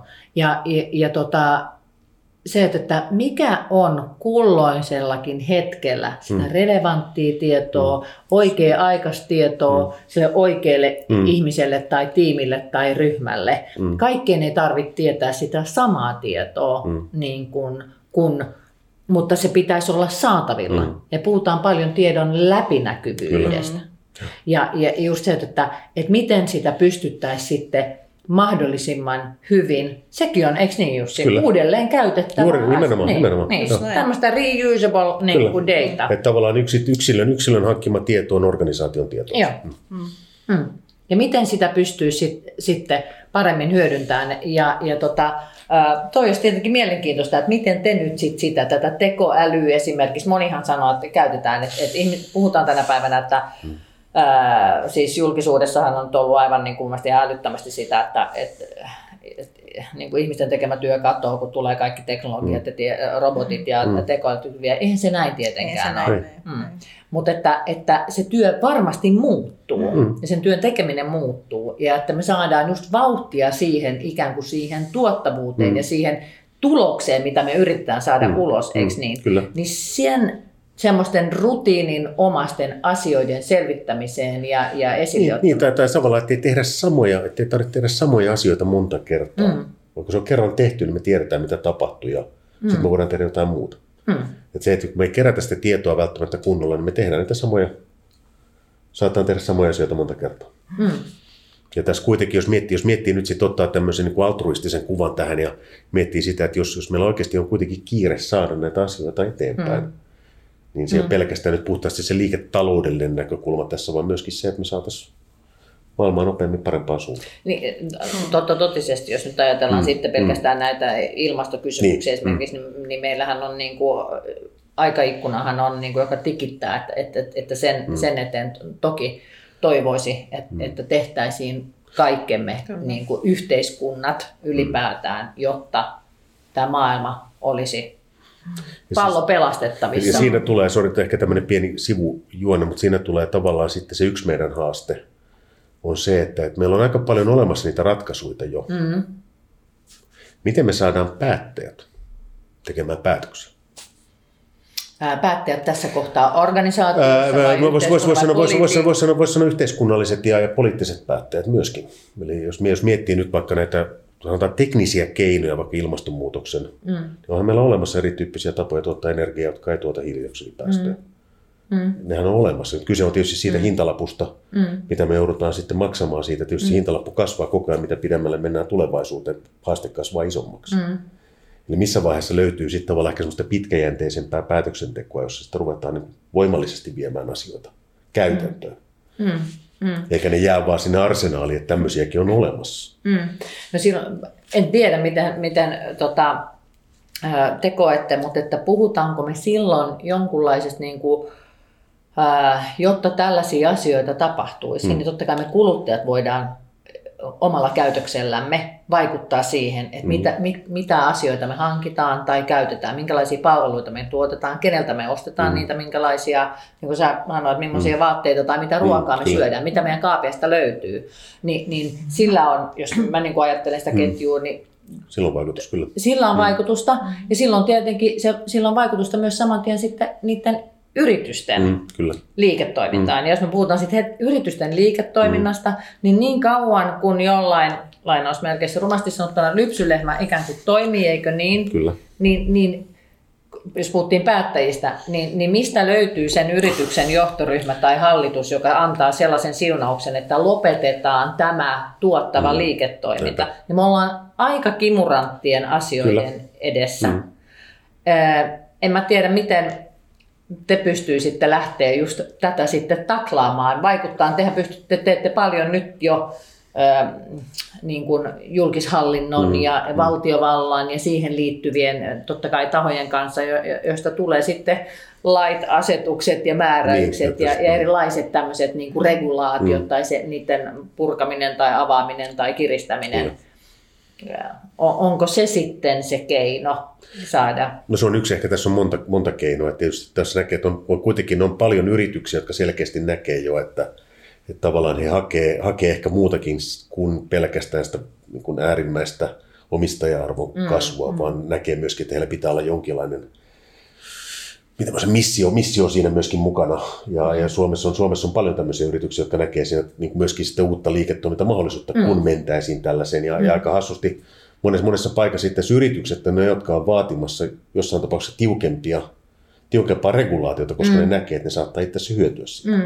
[SPEAKER 2] Se, että mikä on kulloisellakin hetkellä sitä relevanttia tietoa, oikea-aikaista tietoa sille oikealle ihmiselle tai tiimille tai ryhmälle. Kaikkien ei tarvitse tietää sitä samaa tietoa, niin mutta se pitäisi olla saatavilla. Ja puhutaan paljon tiedon läpinäkyvyydestä. Ja just se, että miten sitä pystyttäisiin sitten mahdollisimman hyvin. Sekin on, eikö niin Jussi? Uudelleen käytettävä.
[SPEAKER 3] Juuri, nimenomaan.
[SPEAKER 2] Niin. Tämmöistä reusable data.
[SPEAKER 3] Että tavallaan yksilön hankkima tieto on organisaation tietoa.
[SPEAKER 2] Joo. Ja miten sitä pystyy sitten paremmin hyödyntämään. Toi olisi tietenkin mielenkiintoista, että miten te nyt tätä tekoälyä esimerkiksi. Monihan sanoo, että käytetään, että puhutaan tänä päivänä, että siis julkisuudessahan on ollut aivan niin kuin älyttömästi sitä, että niin kuin ihmisten tekemä työ katoaa, kun tulee kaikki teknologiat, robotit ja tekoälyt. Eihän se näin tietenkään ole. Mutta että se työ varmasti muuttuu ja sen työn tekeminen muuttuu ja että me saadaan just vauhtia siihen ikään kuin siihen tuottavuuteen ja siihen tulokseen, mitä me yritetään saada ulos, eikö niin?
[SPEAKER 3] Kyllä.
[SPEAKER 2] Niin sen semmoisten rutiinin omasten asioiden selvittämiseen ja esille.
[SPEAKER 3] Niin tai tavallaan, ettei tarvitse tehdä samoja asioita monta kertaa. Kun se on kerran tehty, niin me tiedetään, mitä tapahtuu ja sitten me voidaan tehdä jotain muuta. Että kun me ei kerätä sitä tietoa välttämättä kunnolla, niin me tehdään niitä saataan tehdä samoja asioita monta kertaa. Ja tässä kuitenkin, jos miettii nyt sitten ottaa tämmöisen niin kuin altruistisen kuvan tähän ja miettii sitä, että jos meillä oikeasti on kuitenkin kiire saada näitä asioita eteenpäin, niin se ei pelkästään nyt puhtaasti se liiketaloudellinen näkökulma tässä, vaan myöskin se, että me saataisiin maailmaa nopeammin parempaan suuntaan.
[SPEAKER 2] Niin, totisesti, jos nyt ajatellaan sitten pelkästään näitä ilmastokysymyksiä esimerkiksi, niin meillähän on niin kuin, aikaikkunahan on, niin kuin, joka tikittää, että sen eteen toki toivoisi, että tehtäisiin kaikkemme niin kuin yhteiskunnat ylipäätään, jotta tämä maailma olisi pallo pelastettavissa.
[SPEAKER 3] Ja siinä tulee, ehkä tämmöinen pieni sivujuone, mutta siinä tulee tavallaan sitten se yksi meidän haaste on se, että meillä on aika paljon olemassa niitä ratkaisuja jo. Miten me saadaan päättäjät tekemään päätöksiä?
[SPEAKER 2] Päättäjät tässä kohtaa organisaatioissa
[SPEAKER 3] Voisi sanoa yhteiskunnalliset ja poliittiset päättäjät myöskin. Eli jos miettii nyt vaikka näitä sanotaan teknisiä keinoja vaikka ilmastonmuutoksen, niin onhan meillä olemassa erityyppisiä tapoja tuottaa energiaa, jotka ei tuota hiilidioksidipäästöjä. Nehän on olemassa. Kyse on tietysti siitä hintalapusta, mitä me joudutaan sitten maksamaan siitä. Tietysti hintalappu kasvaa koko ajan, mitä pidemmälle mennään tulevaisuuteen, haaste kasvaa isommaksi. Eli missä vaiheessa löytyy sitten tavallaan ehkä semmoista pitkäjänteisempää päätöksentekoa, jossa sitten ruvetaan niin voimallisesti viemään asioita käytäntöön. Eikä ne jää vaan sinne arsenaaliin, että tämmöisiäkin on olemassa.
[SPEAKER 2] No silloin, en tiedä, miten te koette, mutta että puhutaanko me silloin jonkunlaisesta, niin kuin, jotta tällaisia asioita tapahtuisi, niin totta kai me kuluttajat voidaan omalla käytöksellämme vaikuttaa siihen, että mitä asioita me hankitaan tai käytetään, minkälaisia palveluita me tuotetaan, keneltä me ostetaan niitä, minkälaisia, niin kuin sä sanoit, millaisia vaatteita tai mitä ruokaa me syödään, mitä meidän kaapeista löytyy. Niin sillä on, jos mä niin kuin ajattelen sitä ketjua, niin
[SPEAKER 3] sillä on vaikutus kyllä.
[SPEAKER 2] Sillä on vaikutusta ja silloin tietenkin sillä on vaikutusta myös saman tien sitten niiden yritysten liiketoimintaan. Ja jos me puhutaan sitten yritysten liiketoiminnasta, niin kauan kun jollain lainausmerkeissä rumasti sanottuna lypsylehmä ikään kuin toimii, eikö niin?
[SPEAKER 3] Kyllä.
[SPEAKER 2] Niin jos puhuttiin päättäjistä, niin mistä löytyy sen yrityksen johtoryhmä tai hallitus, joka antaa sellaisen siunauksen, että lopetetaan tämä tuottava liiketoiminta. Ja me ollaan aika kimuranttien asioiden edessä. En mä tiedä, te pystyisitte lähteä just tätä sitten taklaamaan, vaikuttaa? Tehän teette paljon nyt jo niin kuin julkishallinnon ja valtiovallan ja siihen liittyvien totta kai tahojen kanssa, joista tulee sitten lait, asetukset ja määräykset ja erilaiset tämmöiset niin kuin regulaatiot tai niiden purkaminen tai avaaminen tai kiristäminen. Onko se sitten se keino saada?
[SPEAKER 3] No se on yksi, ehkä tässä on monta keinoa. Tietysti tässä näkee, että kuitenkin on paljon yrityksiä, jotka selkeästi näkee jo, että tavallaan he hakee ehkä muutakin kuin pelkästään sitä niin kuin äärimmäistä omistaja-arvon kasvua, vaan näkee myöskin, että heillä pitää olla jonkinlainen missio siinä myöskin mukana. Ja Suomessa on paljon tämmöisiä yrityksiä, jotka näkee siinä niin myöskin sitä uutta liiketoimintamahdollisuutta, kun mentäisiin tällaiseen. Ja aika hassusti monessa paikassa sitten yritykset, ne jotka on vaatimassa jossain tapauksessa tiukempaa regulaatiota, koska ne näkee, että ne saattaa itse asiassa hyötyä siitä.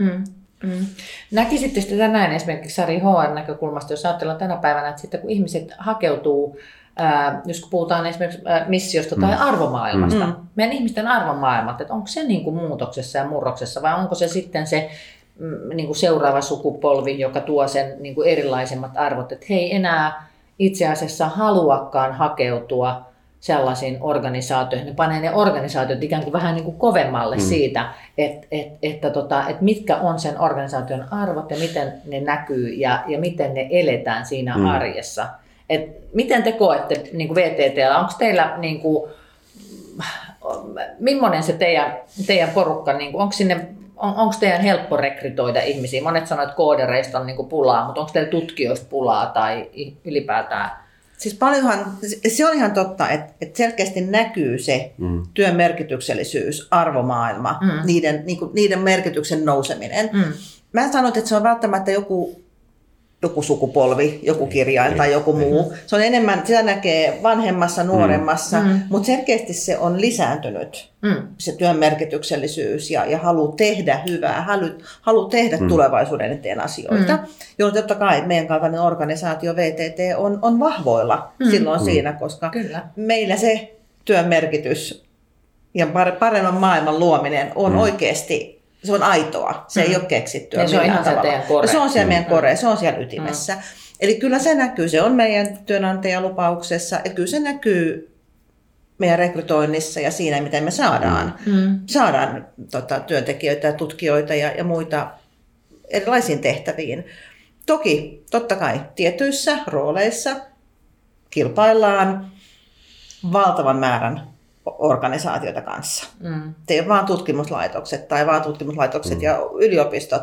[SPEAKER 2] Näkisitte sitä näin esimerkiksi Sari HR-näkökulmasta, jos ajatellaan tänä päivänä, että sitten kun ihmiset hakeutuu, jos kun puhutaan esimerkiksi missiosta tai arvomaailmasta, meidän ihmisten arvomaailmat, että onko se niin kuin muutoksessa ja murroksessa vai onko se sitten se niin kuin seuraava sukupolvi, joka tuo sen niin kuin erilaisemmat arvot, että he ei enää itse asiassa haluakaan hakeutua sellaisiin organisaatioihin, ne panee ne organisaatiot ikään kuin vähän niin kuin kovemmalle siitä, että mitkä on sen organisaation arvot ja miten ne näkyy ja miten ne eletään siinä arjessa. Et miten te koette niin kuin VTT:llä, onko teillä, niin kuin, millainen se teidän porukka, niin kuin, onko teidän helppo rekrytoida ihmisiä? Monet sanoo, että koodereista on niin kuin pulaa, mutta onko teillä tutkijoista pulaa tai ylipäätään?
[SPEAKER 4] Siis paljonhan, se on ihan totta, että selkeästi näkyy se työn merkityksellisyys, arvomaailma, niiden merkityksen nouseminen. Mä en sano, että se on välttämättä joku sukupolvi, joku kirjain tai joku muu. Se on enemmän, sitä näkee vanhemmassa, nuoremmassa, mutta selkeästi se on lisääntynyt, se työn merkityksellisyys ja halu tehdä hyvää, halu tehdä tulevaisuuden eteen asioita, jolloin totta kai meidän kaltainen organisaatio VTT on vahvoilla silloin siinä, koska meillä se työn merkitys ja paremman maailman luominen on oikeasti. Se on aitoa, se ei ole keksittyä.
[SPEAKER 2] Se on ihan se teidän kore.
[SPEAKER 4] Se on siellä meidän kore, se on siellä ytimessä. Eli kyllä se näkyy, se on meidän työnantajalupauksessa ja kyllä se näkyy meidän rekrytoinnissa ja siinä, miten me saadaan työntekijöitä ja tutkijoita ja muita erilaisiin tehtäviin. Toki, totta kai, tietyissä rooleissa kilpaillaan valtavan määrän organisaatioita kanssa. Ei ole vaan tutkimuslaitokset tai vaan tutkimuslaitokset ja yliopistot,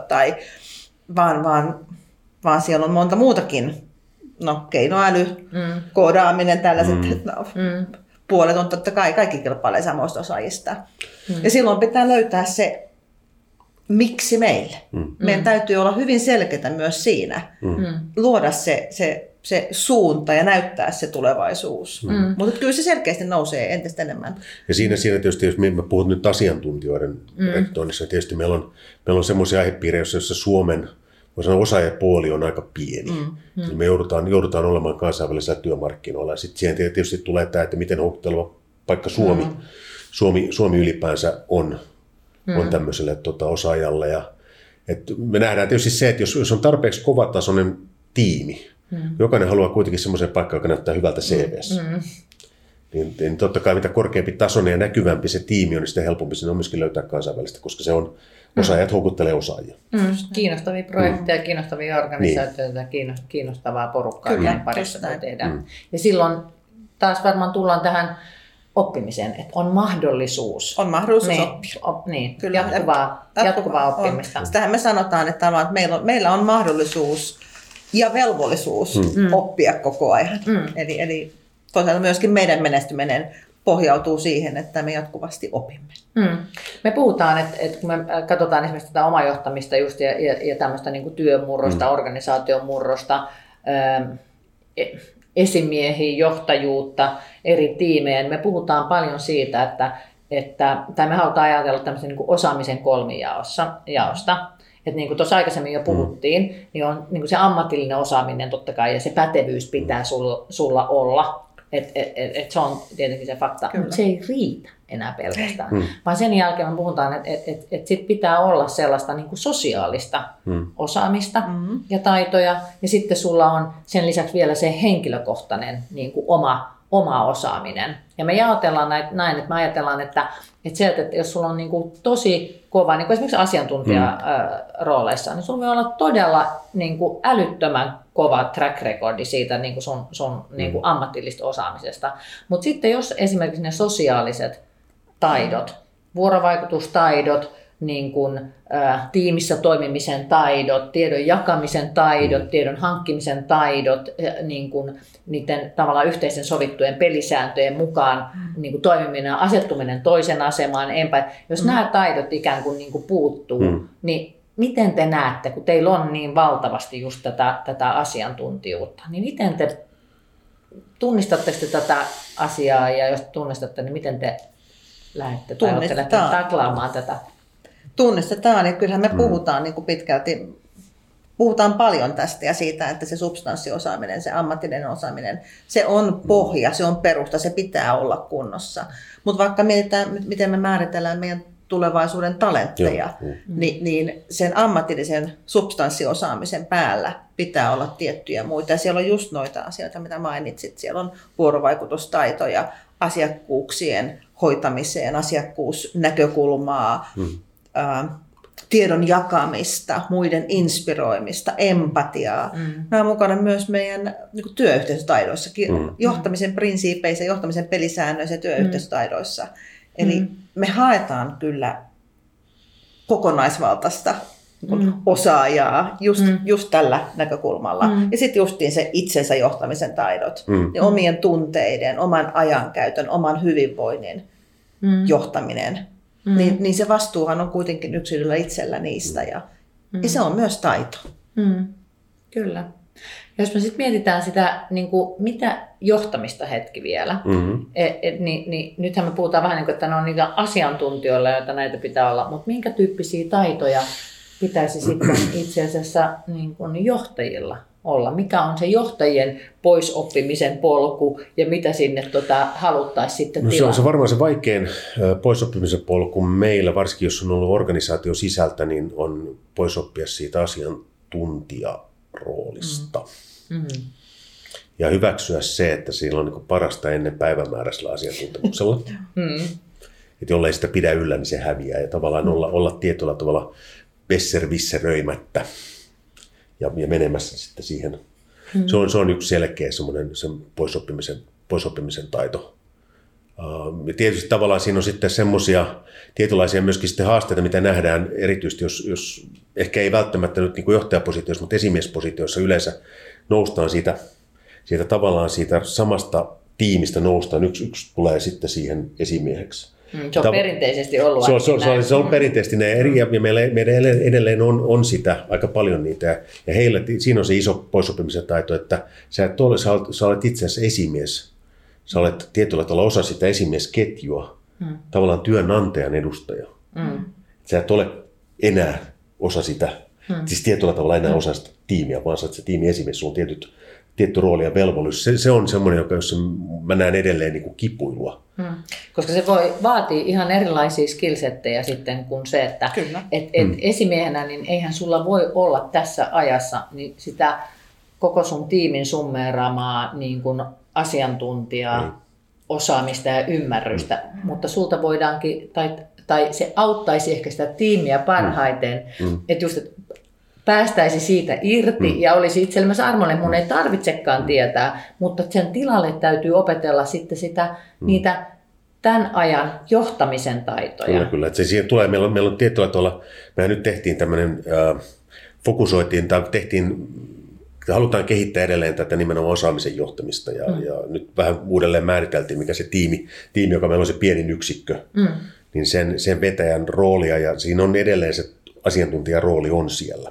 [SPEAKER 4] vaan siellä on monta muutakin. No, keinoäly, koodaaminen, tällaiset puolet on totta kai, kaikki kilpailee samoista osaajista. Ja silloin pitää löytää se, miksi meille. Meidän täytyy olla hyvin selkeitä myös siinä. Luoda se suunta ja näyttää se tulevaisuus. Mutta kyllä se selkeästi nousee entistä enemmän.
[SPEAKER 3] Ja siinä tietysti, jos me puhut nyt asiantuntijoiden rekrytoinnissa, tietysti meillä on semmoisia aihepiirejä, joissa Suomen osaajapuoli on aika pieni. Me joudutaan olemaan kansainvälisillä työmarkkinoilla. Ja sitten siihen tietysti tulee tämä, että miten houkutteleva paikka Suomi ylipäänsä on tämmöiselle osaajalle. Ja, me nähdään tietysti se, että jos on tarpeeksi kovatasoinen tiimi, jokainen haluaa kuitenkin semmoisen paikkaan, joka näyttää hyvältä CV:ssä. Niin totta kai mitä korkeampi tasoinen ja näkyvämpi se tiimi on, niin sitä helpompi sen on myöskin löytää kansainvälistä, koska se on osaajat houkuttelee osaajia.
[SPEAKER 2] Kiinnostavia projekteja, kiinnostavia organisaatioita ja kiinnostavaa porukkaa, joiden parissa voi tehdä. Ja silloin taas varmaan tullaan tähän oppimiseen, että on mahdollisuus.
[SPEAKER 4] On mahdollisuus oppia.
[SPEAKER 2] Kyllä. Jatkuvaa oppimista.
[SPEAKER 4] Sitähän me sanotaan, että meillä on mahdollisuus ja velvollisuus oppia koko ajan. Eli toisaalta myöskin meidän menestyminen pohjautuu siihen, että me jatkuvasti opimme.
[SPEAKER 2] Me puhutaan, että kun me katsotaan esimerkiksi tätä omajohtamista just ja tämmöistä niin kuin työmurrosta, organisaation murrosta, esimiehiä, johtajuutta, eri tiimejä, niin me puhutaan paljon siitä, tai me halutaan ajatella tämmöisen niin kuin osaamisen kolmijaosta. Että niin kuin tuossa aikaisemmin jo puhuttiin, niin on niin kuin se ammatillinen osaaminen totta kai ja se pätevyys pitää sulla olla. Et se on tietenkin se fakta, mutta se ei riitä enää pelkästään. Vaan sen jälkeen me puhutaan, että sit pitää olla sellaista niin kuin sosiaalista osaamista ja taitoja. Ja sitten sulla on sen lisäksi vielä se henkilökohtainen niin kuin oma osaaminen. Ja me jaotellaan näin, että me ajatellaan, että jos sulla on niin kuin tosi kova, niin kuin esimerkiksi asiantuntijarooleissa, niin sulla voi olla todella niin kuin älyttömän kova track recordi siitä niin kuin sun niin kuin ammatillista osaamisesta. Mutta sitten jos esimerkiksi ne sosiaaliset taidot, vuorovaikutustaidot, niin kuin, tiimissä toimimisen taidot, tiedon jakamisen taidot, tiedon hankkimisen taidot, niin kuin niiden tavallaan yhteisen sovittujen pelisääntöjen mukaan niin kuin toimiminen, asettuminen toisen asemaan, jos nämä taidot ikään kuin, niin kuin puuttuu, niin miten te näette, kun teillä on niin valtavasti just tätä asiantuntijuutta, niin miten te tunnistatteko te tätä asiaa, ja jos tunnistatte, niin miten te lähdette tai olette taklaamaan tätä?
[SPEAKER 4] Tunnistetaan, ja kyllähän me puhutaan niin kuin pitkälti, puhutaan paljon tästä ja siitä, että se substanssiosaaminen, se ammatillinen osaaminen, se on pohja, se on perusta, se pitää olla kunnossa. Mutta vaikka mietitään, miten me määritellään meidän tulevaisuuden talentteja, niin sen ammatillisen substanssiosaamisen päällä pitää olla tiettyjä muita. Ja siellä on just noita asioita, mitä mainitsit. Siellä on vuorovaikutustaitoja, asiakkuuksien hoitamiseen, asiakkuusnäkökulmaa, tiedon jakamista, muiden inspiroimista, empatiaa. Nämä on mukana myös meidän niin työyhteisötaidoissakin, johtamisen prinsiipeissä, johtamisen pelisäännöissä ja työyhteisötaidoissa. Eli me haetaan kyllä kokonaisvaltaista osaajaa just tällä näkökulmalla. Ja sitten justiin se itsensä johtamisen taidot, niin omien tunteiden, oman ajankäytön, oman hyvinvoinnin johtaminen. Niin se vastuuhan on kuitenkin yksilöllä itsellä niistä ja se on myös taito.
[SPEAKER 2] Kyllä. Jos me sitten mietitään sitä, niin kuin, mitä johtamista hetki vielä, niin nythän me puhutaan vähän niin kuin, että ne on niitä asiantuntijoilla, joita näitä pitää olla, mutta minkä tyyppisiä taitoja pitäisi sitten itse asiassa niin kuin johtajilla olla? Mikä on se johtajien poisoppimisen polku ja mitä sinne haluttaisiin sitten tilaa?
[SPEAKER 3] Se on varmaan se vaikein poisoppimisen polku meillä, varsinkin jos on ollut organisaation sisältä, niin on poisoppia siitä asiantuntijaroolista. Ja hyväksyä se, että siinä on niin parasta ennen päivämääräisellä asiantuntemuksella. Että jollei sitä pidä yllä, niin se häviää. Ja tavallaan olla tietyllä tavalla besservisseröimättä ja menemässä sitten siihen. Se on yksi selkeä semmoinen sen poisoppimisen taito. Ja tietysti tavallaan siinä on sitten semmoisia tietynlaisia myöskin sitten haasteita, mitä nähdään erityisesti, jos ehkä ei välttämättä nyt niin kuin johtajapositiossa, mutta esimiespositiossa yleensä noustaan siitä tavallaan siitä samasta tiimistä noustaan. Yksi tulee sitten siihen esimieheksi.
[SPEAKER 2] Se on perinteisesti ollut.
[SPEAKER 3] Se on perinteisesti näin, ja meillä edelleen on sitä aika paljon niitä. Ja heillä siinä on se iso poissoppimisen taito, että sä olet itse asiassa esimies. Sä olet tietyllä tavalla osa sitä esimiesketjua, tavallaan työnantajan edustaja. Sä et ole enää osa sitä, siis tietyllä tavalla enää osa sitä tiimiä, vaan sä olet se tiimiesimies, sulla on tietty rooli ja velvollisuus. Se on semmoinen, jossa mä näen edelleen niin kuin kipuilua.
[SPEAKER 2] Koska se vaatii ihan erilaisia skillsettejä sitten kuin se, että esimiehenä niin eihän sulla voi olla tässä ajassa niin sitä koko sun tiimin summeeraamaa niin kuin asiantuntijaa, osaamista ja ymmärrystä, mutta sulta voidaankin, tai se auttaisi ehkä sitä tiimiä parhaiten, että just päästäisi siitä irti ja olisi itsellemme armollinen, mun ei tarvitsekaan tietää, mutta sen tilalle täytyy opetella sitten niitä tämän ajan johtamisen taitoja.
[SPEAKER 3] Kyllä. Että se siihen tulee, meillä on tietyllä tavalla, mehän nyt tehtiin tämmöinen, fokusoitiin tai halutaan kehittää edelleen tätä nimenomaan osaamisen johtamista ja nyt vähän uudelleen määriteltiin, mikä se tiimi, joka meillä on se pienin yksikkö, niin sen vetäjän roolia ja siinä on edelleen se asiantuntijan rooli on siellä.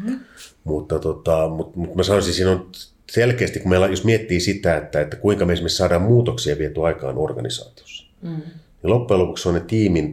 [SPEAKER 3] Mutta mä sanoisin, siinä on selkeästi, kun meillä, jos miettii sitä, että kuinka me esimerkiksi saadaan muutoksia viety aikaan organisaatiossa, niin loppujen lopuksi on ne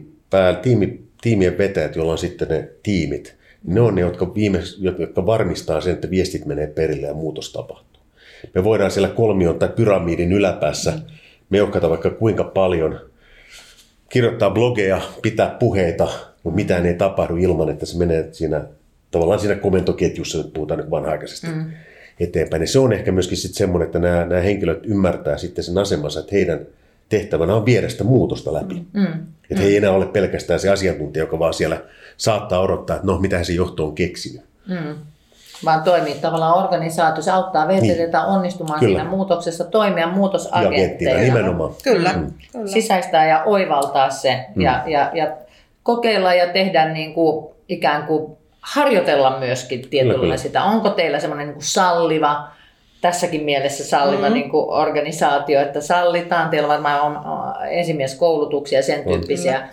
[SPEAKER 3] tiimien vetäjät, joilla on sitten ne tiimit. Ne on ne, jotka varmistaa sen, että viestit menee perille ja muutos tapahtuu. Me voidaan siellä kolmion tai pyramidin yläpäässä meuhkata vaikka kuinka paljon, kirjoittaa blogeja, pitää puheita, mutta mitään ei tapahdu ilman, että se menee tavallaan siinä komentoketjussa, nyt puhutaan nyt vanha-aikaisesti eteenpäin. Ja se on ehkä myöskin sitten semmoinen, että nämä henkilöt ymmärtää sitten sen asemansa, että heidän tehtävänä on viedä sitä muutosta läpi. Että he ei enää ole pelkästään se asiantuntija, joka vaan siellä saattaa odottaa, että no, mitä se johto on keksinyt.
[SPEAKER 2] Vaan toimii tavallaan organisaatio, se auttaa VTT:tä onnistumaan siinä muutoksessa, toimia muutosagentteina.
[SPEAKER 3] Nimenomaan.
[SPEAKER 4] Kyllä.
[SPEAKER 2] Sisäistää ja oivaltaa se ja kokeilla ja tehdä niin kuin, ikään kuin harjoitella myöskin tietyllä sitä. Onko teillä semmoinen niin kuin salliva, tässäkin mielessä salliva niin kuin organisaatio, että sallitaan, teillä varmaan on esimieskoulutuksia ja sen tyyppisiä,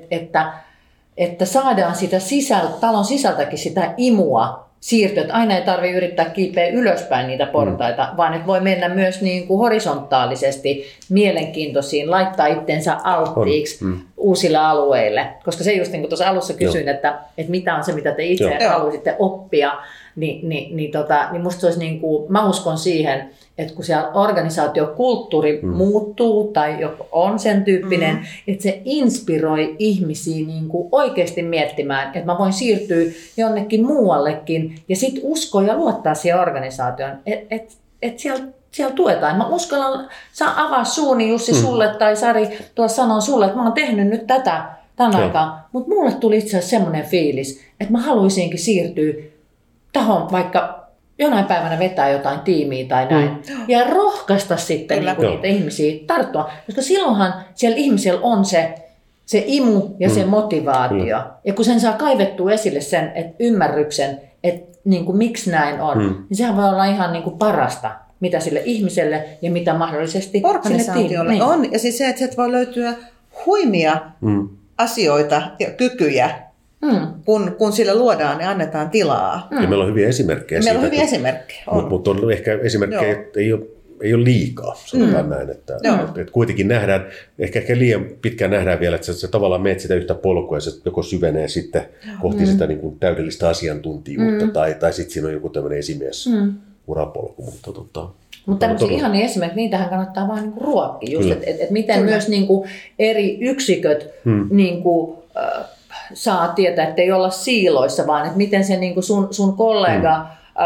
[SPEAKER 2] että saadaan sitä talon sisältäkin sitä imua siirtyä, että aina ei tarvitse yrittää kiipeä ylöspäin niitä portaita, vaan että voi mennä myös niin kuin horisontaalisesti mielenkiintoisiin, laittaa itsensä alttiiksi uusille alueille. Koska se just niin kuin tuossa alussa kysyin, että mitä on se, mitä te itse haluaisitte oppia, niin musta se olisi niin kuin, mä uskon siihen, että kun siellä organisaatiokulttuuri muuttuu tai on sen tyyppinen, että se inspiroi ihmisiä niin kuin oikeasti miettimään, että mä voin siirtyä jonnekin muuallekin ja sitten uskoa ja luottaa siihen organisaatioon, että siellä tuetaan. Mä uskallan avaa suuni Jussi sulle tai Sari tuossa sanoo sulle, että mä oon tehnyt nyt tätä tämän aikaan, mutta mulle tuli itse asiassa semmoinen fiilis, että mä haluaisinkin siirtyä tahon vaikka jonain päivänä vetää jotain tiimiä tai näin. Ja rohkaista sitten niitä ihmisiä tarttua. Koska silloinhan siellä ihmisellä on se imu ja se motivaatio. Ja kun sen saa kaivettua esille sen ymmärryksen, että niin kuin, miksi näin on, niin sehän voi olla ihan niin kuin parasta, mitä sille ihmiselle ja mitä mahdollisesti
[SPEAKER 4] organisaatiolle on. Ja siis se, että sieltä voi löytyä huimia asioita ja kykyjä, kun sille luodaan ja annetaan tilaa.
[SPEAKER 3] Ja meillä on hyviä esimerkkejä
[SPEAKER 4] siitä. Meillä on hyviä esimerkkejä.
[SPEAKER 3] Mutta on ehkä esimerkkejä, että ei ole liikaa, sanotaan näin. Että kuitenkin nähdään, ehkä liian pitkään nähdään vielä, että sä tavallaan menet sitä yhtä polkua ja se joko syvenee sitten kohti sitä niin kuin täydellistä asiantuntijuutta tai sitten siinä on joku tämmöinen esimies urapolku.
[SPEAKER 2] Mutta tämmöisiä ihania esimerkkejä, niitähän kannattaa vaan niinku ruokkia, just, että miten myös niinku eri yksiköt niinku, saa tietää, että ei olla siiloissa, vaan että miten se niinku sun kollega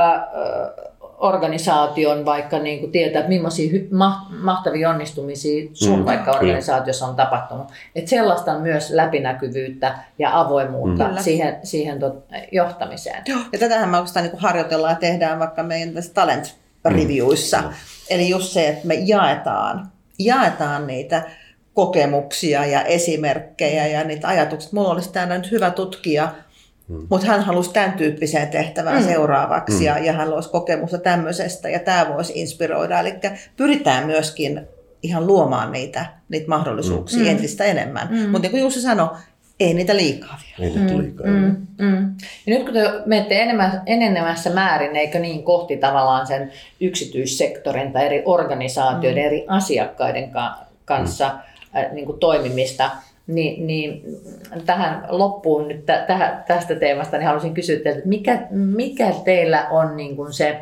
[SPEAKER 2] organisaation vaikka niinku tietää, että millaisia mahtavia onnistumisia sun vaikka organisaatiossa on tapahtunut. Että sellaista on myös läpinäkyvyyttä ja avoimuutta siihen johtamiseen.
[SPEAKER 4] Ja tätähän me oikeastaan niinku harjoitellaan ja tehdään vaikka meidän tässä talent-reviewissa. Eli just se, että me jaetaan niitä kokemuksia ja esimerkkejä ja niitä ajatuksia. Mulla olisi täällä nyt hyvä tutkija, mutta hän halusi tämän tyyppiseen tehtävään seuraavaksi ja hän olisi kokemusta tämmöisestä ja tämä voisi inspiroida. Eli pyritään myöskin ihan luomaan niitä mahdollisuuksia entistä enemmän. Mutta niin kuin Jussi sanoi, ei niitä liikaa vielä.
[SPEAKER 3] Ei niitä liikaa.
[SPEAKER 2] Ja nyt kun te menette enenevässä määrin, eikö niin, kohti tavallaan sen yksityissektorin tai eri organisaatioiden, eri asiakkaiden kanssa niin kuin toimimista, niin tähän loppuun nyt tästä teemasta niin haluaisin kysyä teiltä, että mikä teillä on niin kuin se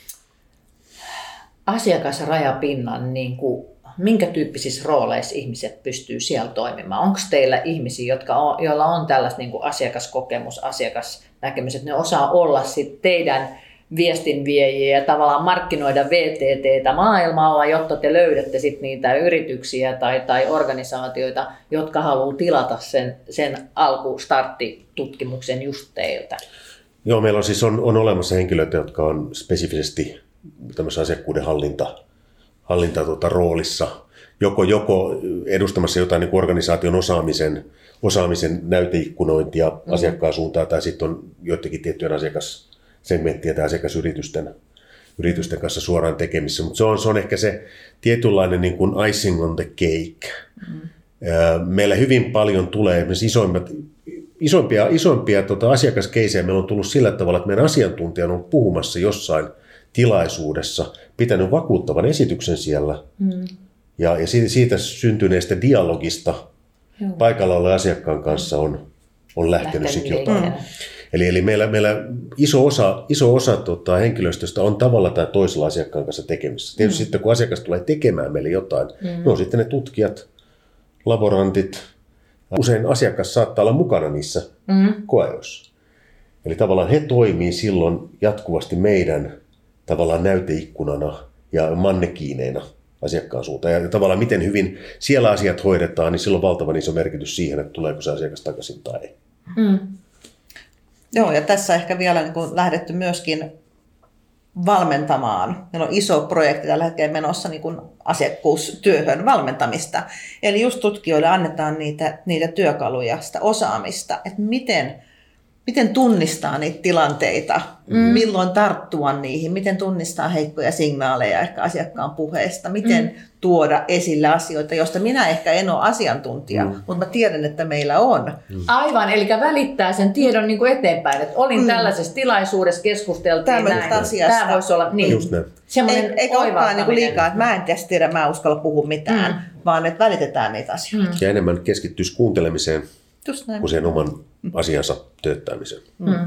[SPEAKER 2] asiakasrajapinnan, niin kuin, minkä tyyppisissä rooleissa ihmiset pystyy siellä toimimaan? Onko teillä ihmisiä, joilla on tällaista niin kuin asiakaskokemus, asiakasnäkemys, että ne osaa olla sit teidän viestinviejiä ja tavallaan markkinoida VTT:tä maailmalla, jotta te löydätte sit niitä yrityksiä tai organisaatioita, jotka haluaa tilata sen starttitutkimuksen just teiltä?
[SPEAKER 3] Joo, meillä on siis on olemassa henkilöitä, jotka on spesifisesti tämmöisessä asiakkuuden roolissa, joko edustamassa jotain niin kuin organisaation osaamisen näyteikkunointia asiakkaan suuntaan, tai sitten on joidenkin tiettyjen asiakassegmenttien tai asiakasyritysten kanssa suoraan tekemissä. Mutta se on ehkä se tietynlainen niin kuin icing on the cake. Meillä hyvin paljon tulee isompia asiakaskeisejä. Meillä on tullut sillä tavalla, että meidän asiantuntija on ollut puhumassa jossain tilaisuudessa, pitänyt vakuuttavan esityksen siellä, ja siitä syntyneestä dialogista paikalla olevan asiakkaan kanssa on lähtenyt sitten jotain. Eli meillä iso osa henkilöstöstä on tavalla tai toisella asiakkaan kanssa tekemisissä. Tietysti sitten kun asiakas tulee tekemään meille jotain, ne on sitten ne tutkijat, laborantit. Usein asiakas saattaa olla mukana niissä koeajoissa. Eli tavallaan he toimii silloin jatkuvasti meidän tavallaan näyteikkunana ja mannekiineina asiakkaan suuntaan. Ja tavallaan miten hyvin siellä asiat hoidetaan, niin sillä on valtavan iso merkitys siihen, että tuleeko se asiakas takaisin tai ei.
[SPEAKER 4] Joo, ja tässä ehkä vielä niin kuin lähdetty myöskin valmentamaan. Meillä on iso projekti tällä hetkellä menossa niin kuin asiakkuustyöhön valmentamista. Eli just tutkijoille annetaan niitä työkaluja, sitä osaamista, että miten tunnistaa niitä tilanteita, milloin tarttua niihin, miten tunnistaa heikkoja signaaleja ehkä asiakkaan puheesta, miten tuoda esille asioita, joista minä ehkä en ole asiantuntija, mutta mä tiedän, että meillä on.
[SPEAKER 2] Aivan, eli välittää sen tiedon niin kuin eteenpäin, että olin tällaisessa tilaisuudessa, keskusteltiin näin. Tämä voisi olla niin.
[SPEAKER 4] Eikä ottaa niin liikaa, että mä en tiedä, mä en uskalla puhua mitään, vaan että välitetään niitä asioita.
[SPEAKER 3] Ja enemmän keskittyisi kuuntelemiseen kuin sen oman asiansa tööttämiseen.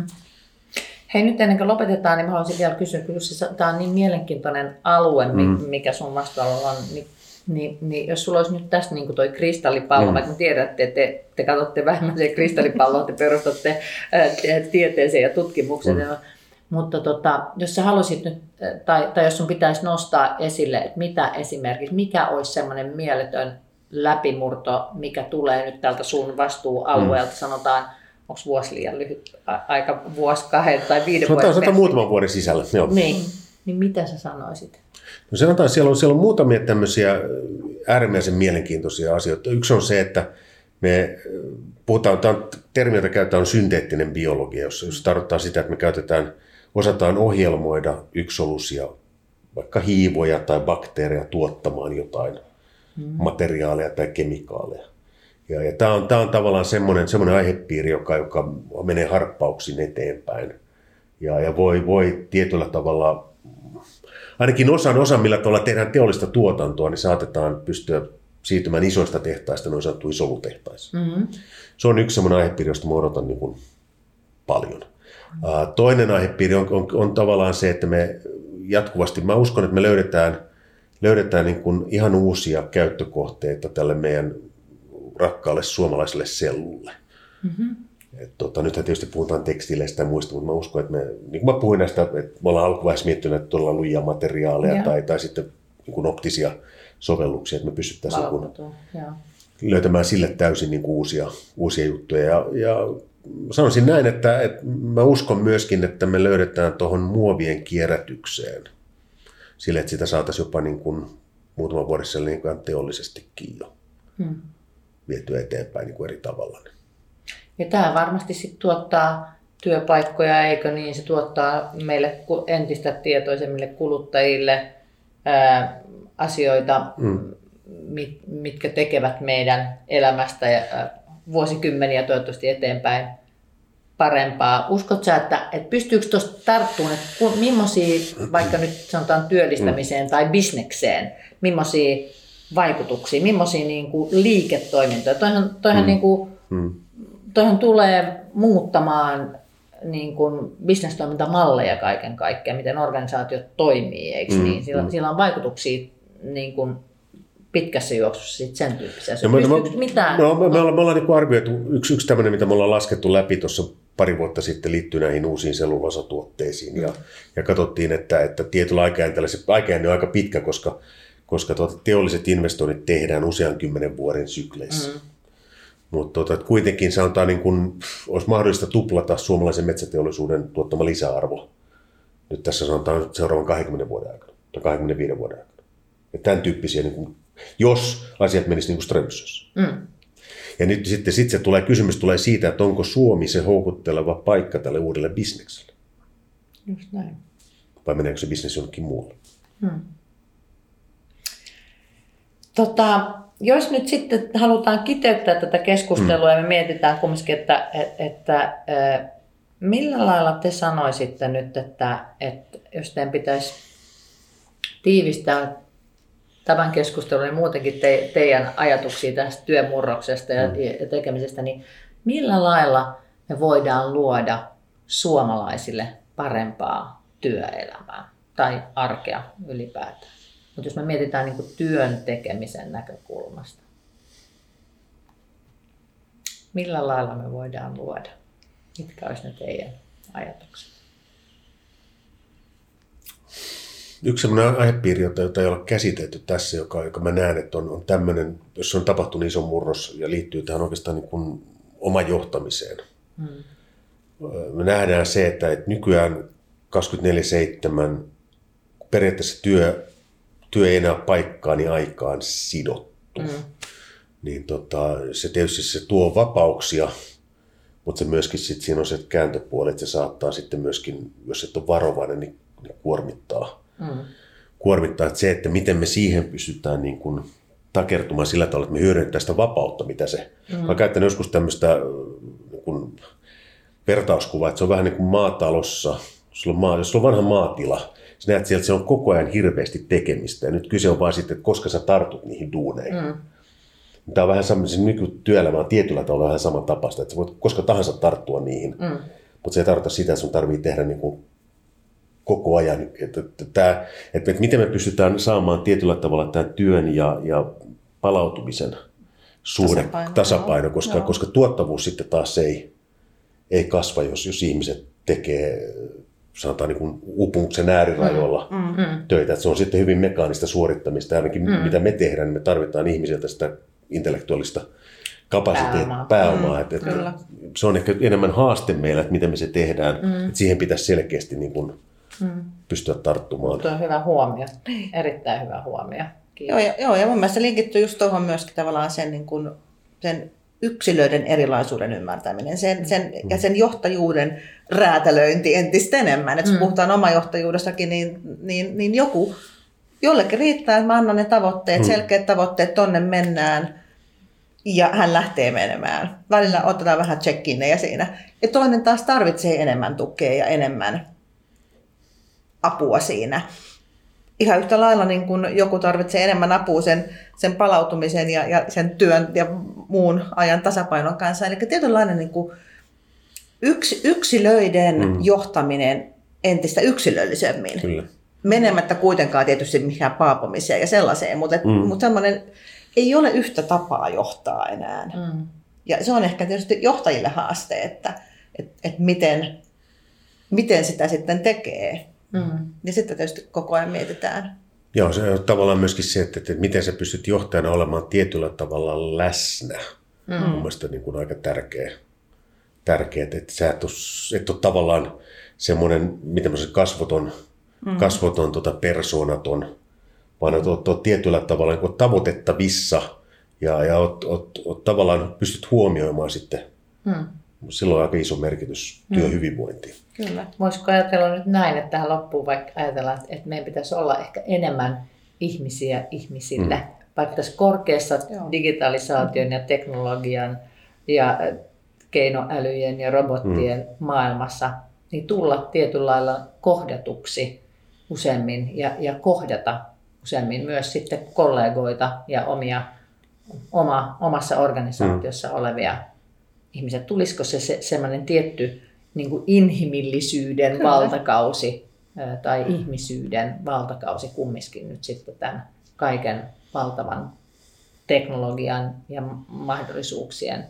[SPEAKER 2] Hei, nyt ennen kuin lopetetaan, niin mä haluaisin vielä kysyä, kun tämä on niin mielenkiintoinen alue, mikä sun vastuulla on, niin jos sulla olisi nyt tässä niin kuin toi kristallipallo, vaikka tiedätte, että te katsotte vähemmän sen kristallipalloa, te perustatte tieteeseen ja tutkimukseen, mutta jos sä haluaisit nyt, tai jos sun pitäisi nostaa esille, että mitä esimerkiksi, mikä olisi semmoinen mieletön läpimurto, mikä tulee nyt tältä sun vastuualueelta, sanotaan, onko vuosi liian lyhyt aika, vuosi, 2 tai 5 vuoden?
[SPEAKER 3] Sanotaan muutaman vuoden sisällä. Joo.
[SPEAKER 2] Niin mitä sä sanoisit?
[SPEAKER 3] No sanotaan, siellä on muutamia tämmöisiä äärimmäisen mielenkiintoisia asioita. Yksi on se, että me puhutaan, tämä on termi, jota käytetään, on synteettinen biologia, jos tarkoittaa sitä, että me osataan ohjelmoida yksisoluisia, vaikka hiivoja tai bakteereja tuottamaan jotain materiaaleja tai kemikaaleja. Ja tämä on tavallaan semmoinen aihepiiri, joka menee harppauksin eteenpäin. Ja voi tietyllä tavalla, ainakin osan millä tavalla tehdään teollista tuotantoa, niin saatetaan pystyä siirtymään isoista tehtaista noin sanottuihin solutehtaisiin. Se on yksi semmoinen aihepiiri, josta mä odotan niin kuin paljon. Toinen aihepiiri on tavallaan se, että me jatkuvasti, mä uskon, että me löydetään niin kuin ihan uusia käyttökohteita tälle meidän rakkaalle suomalaiselle sellulle. Nythän tietysti puhutaan tekstiileistä ja muista, mutta mä uskon, että niin kuin mä puhuin näistä, että me ollaan alkuvaiheessa miettinyt, että todella lujia materiaaleja tai sitten niin kuin optisia sovelluksia, että me pystyttäisiin löytämään sille täysin niin kuin uusia juttuja. Ja sanoisin näin, että mä uskon myöskin, että me löydetään tuohon muovien kierrätykseen sille, että sitä saataisiin jopa niin kuin muutaman vuodessa niin kuin teollisestikin jo vietyä eteenpäin niin kuin eri tavalla.
[SPEAKER 2] Ja tämä varmasti sitten tuottaa työpaikkoja, eikö niin? Se tuottaa meille entistä tietoisemmille kuluttajille asioita, mitkä tekevät meidän elämästä ja vuosikymmeniä toivottavasti eteenpäin parempaa. Uskotko sä, että pystyykö tuosta tarttumaan, että millaisia, vaikka nyt sanotaan työllistämiseen tai bisnekseen, millaisia vaikutuksia, millaisia niin kuin liiketoimintoja? Toihan tulee muuttamaan niin kuin bisnestoimintamalleja kaiken kaikkiaan, miten organisaatiot toimii, eikö niin? Sillä on vaikutuksia niin kuin pitkässä juoksussa sen tyyppisiä.
[SPEAKER 3] Me ollaan niin kuin arvioitu, yksi tämmöinen, mitä me ollaan laskettu läpi tuossa pari vuotta sitten, liittyy näihin uusiin selluloosatuotteisiin. Ja katsottiin, että tietyllä aikajänteellä se aikajänne on aika pitkä, koska teolliset investoinnit tehdään usean 10 vuoden sykleissä. Mutta kuitenkin sanotaan, niin kun olisi mahdollista tuplata suomalaisen metsäteollisuuden tuottama lisäarvo. Nyt tässä sanotaan seuraavan 20 vuoden aikana tai 25 vuoden aikana. Ja tämän tyyppisiä, niin kun, jos asiat menisivät niin kuin Strömsössä. Ja nyt sitten se kysymys tulee siitä, että onko Suomi se houkutteleva paikka tälle uudelle bisnekselle.
[SPEAKER 2] Just näin.
[SPEAKER 3] Vai meneekö se bisnes jonnekin muualle?
[SPEAKER 2] Jos nyt sitten halutaan kiteyttää tätä keskustelua ja me mietitään kumminkin, että millä lailla te sanoisitte nyt, että jos teidän pitäisi tiivistää tämän keskustelun ja muutenkin teidän ajatuksia tästä työmurroksesta ja tekemisestä, niin millä lailla me voidaan luoda suomalaisille parempaa työelämää tai arkea ylipäätään. Mutta jos me mietitään niin kuin työn tekemisen näkökulmasta, millä lailla me voidaan luoda? Mitkä olisi ne teidän ajatukset?
[SPEAKER 3] Yksi sellainen aihepiiri, jota ei ole käsitelty tässä, joka mä näen, että on tämmöinen, jos on tapahtunut iso murros ja liittyy tähän oikeastaan niin kuin oman johtamiseen. Me nähdään se, että nykyään 24/7 periaatteessa työ ei enää paikkaani aikaan sidottu. Niin se tietysti se tuo vapauksia, mutta se myöskin sit siinä on se kääntöpuoli, että se saattaa sitten myöskin, jos et ole varovainen, niin kuormittaa. Kuormittaa, että se, että miten me siihen pystytään niin kuin takertumaan sillä tavalla, että me hyödynnetään sitä vapautta, mitä se. Mä käytän joskus tämmöistä niin kuin vertauskuvaa, että se on vähän niin kuin maatalossa, jos sulla on vanha maatila, sä näet sieltä, että se on koko ajan hirveästi tekemistä ja nyt kyse on vaan sitten, että koska sä tartut niihin duuneihin. Tämä on vähän samassa, nykytyöelämä on tietyllä tavalla vähän saman tapaista, että sä voit koska tahansa tarttua niihin, mutta se ei tarkoita sitä, että sun tarvitsee tehdä niin kuin koko ajan. Että miten me pystytään saamaan tietyllä tavalla tämän työn ja palautumisen suhde tasapaino koska tuottavuus sitten taas ei kasva, jos ihmiset tekee sanotaan niin kuin uupumuksen äärirajoilla töitä. Että se on sitten hyvin mekaanista suorittamista. Ainakin mitä me tehdään, niin me tarvitaan ihmisiltä sitä intellektuaalista pääomaa. Se on ehkä enemmän haaste meillä, että miten me se tehdään. Että siihen pitäisi selkeästi niin kuin pystyä tarttumaan.
[SPEAKER 2] Tuo on hyvä huomio. Erittäin hyvä huomio.
[SPEAKER 4] Joo, ja mun mielestä linkittyy just tuohon myöskin tavallaan sen, niin kuin, sen yksilöiden erilaisuuden ymmärtäminen ja sen johtajuuden räätälöinti entistä enemmän. Että jos puhutaan omajohtajuudestakin, niin jollekin riittää, että mä annan ne tavoitteet, selkeät tavoitteet, tonne mennään ja hän lähtee menemään. Välillä otetaan vähän check-inejä siinä. Ja toinen taas tarvitsee enemmän tukea ja enemmän apua siinä. Ihan yhtä lailla niin kuin joku tarvitsee enemmän apua sen palautumisen ja sen työn ja muun ajan tasapainon kanssa. Eli tietynlainen niin kuin yksilöiden johtaminen entistä yksilöllisemmin. Kyllä. Menemättä kuitenkaan tietysti mihinkään paapomiseen ja sellaiseen, mutta semmoinen ei ole yhtä tapaa johtaa enää. Ja se on ehkä tietysti johtajille haaste, että miten sitä sitten tekee. Ja sitten tietysti koko ajan mietitään.
[SPEAKER 3] Joo, se on tavallaan myöskin se, että miten sä pystyt johtajana olemaan tietyllä tavalla läsnä. Mun mielestä niin kuin aika tärkeä, että sä et ole tavallaan semmoinen, miten mä sanoisin, kasvoton persoonaton, vaan oot tietyllä tavalla niin tavoitettavissa ja oot tavallaan pystyt huomioimaan sitten. Silloin on aika iso merkitys työhyvinvointiin.
[SPEAKER 2] Kyllä. Voisiko ajatella nyt näin, että tähän loppuun vaikka ajatellaan, että meidän pitäisi olla ehkä enemmän ihmisiä ihmisille. Vaikka tässä korkeassa digitalisaation ja teknologian ja keinoälyjen ja robottien maailmassa, niin tulla tietyllä lailla kohdatuksi useammin ja kohdata useammin myös sitten kollegoita ja omassa organisaatiossa olevia ihmisiä. Tulisiko se semmoinen tietty niin kuin inhimillisyyden valtakausi tai ihmisyyden valtakausi kumminkin nyt sitten tämän kaiken valtavan teknologian ja mahdollisuuksien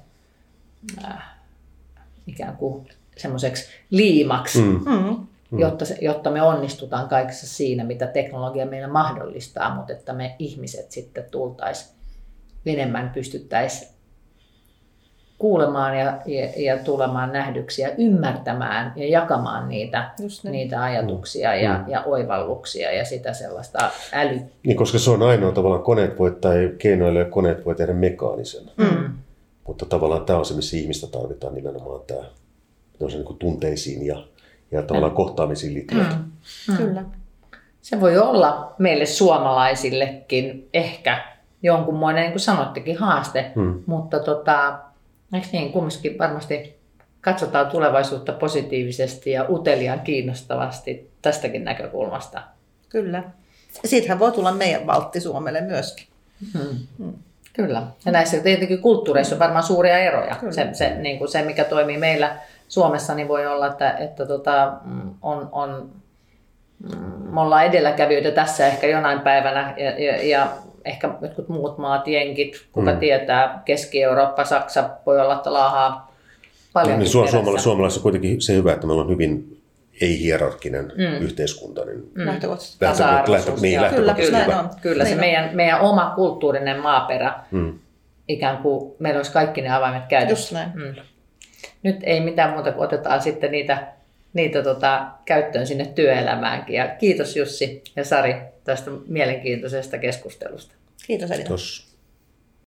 [SPEAKER 2] ikään kuin semmoiseksi liimaksi, jotta me onnistutaan kaikessa siinä, mitä teknologia meillä mahdollistaa, mutta että me ihmiset sitten tultaisiin enemmän, pystyttäisiin kuulemaan ja tulemaan nähdyksi ja ymmärtämään ja jakamaan niitä ajatuksia ja oivalluksia ja sitä sellaista
[SPEAKER 3] Niin, koska se on ainoa tavallaan keinoilla ja koneet voi tehdä mekaanisen. Mutta tavallaan tämä on se, missä ihmistä tarvitaan nimenomaan tämä niin kuin tunteisiin ja tavallaan kohtaamisiin liittyvät.
[SPEAKER 2] Kyllä. Se voi olla meille suomalaisillekin ehkä jonkunmoinen, niin kuin sanottekin, haaste, mutta eikö niin, kumminkin varmasti katsotaan tulevaisuutta positiivisesti ja uteliaan kiinnostavasti tästäkin näkökulmasta.
[SPEAKER 4] Kyllä. Siitähän voi tulla meidän valtti Suomelle myöskin.
[SPEAKER 2] Kyllä. Ja näissä tietenkin kulttuureissa on varmaan suuria eroja. Se, mikä toimii meillä Suomessa niin voi olla, että me ollaan edelläkävijöitä tässä ehkä jonain päivänä ja ehkä jotkut muut maat, jenkit, kuka tietää, Keski-Eurooppa, Saksa voi olla, että laahaa paljon.
[SPEAKER 3] Niin suomalaisessa on kuitenkin se hyvä, että meillä on hyvin ei-hierarkkinen yhteiskunta. Niin
[SPEAKER 4] Lähtökohtaisesti.
[SPEAKER 2] Kyllä se meidän oma kulttuurinen maaperä, ikään kuin meillä olisi kaikki ne avaimet käytössä. Nyt ei mitään muuta kuin otetaan sitten niitä käyttöön sinne työelämäänkin. Ja kiitos Jussi ja Sari tästä mielenkiintoisesta keskustelusta.
[SPEAKER 4] Kiitos Elina.
[SPEAKER 3] Kiitos.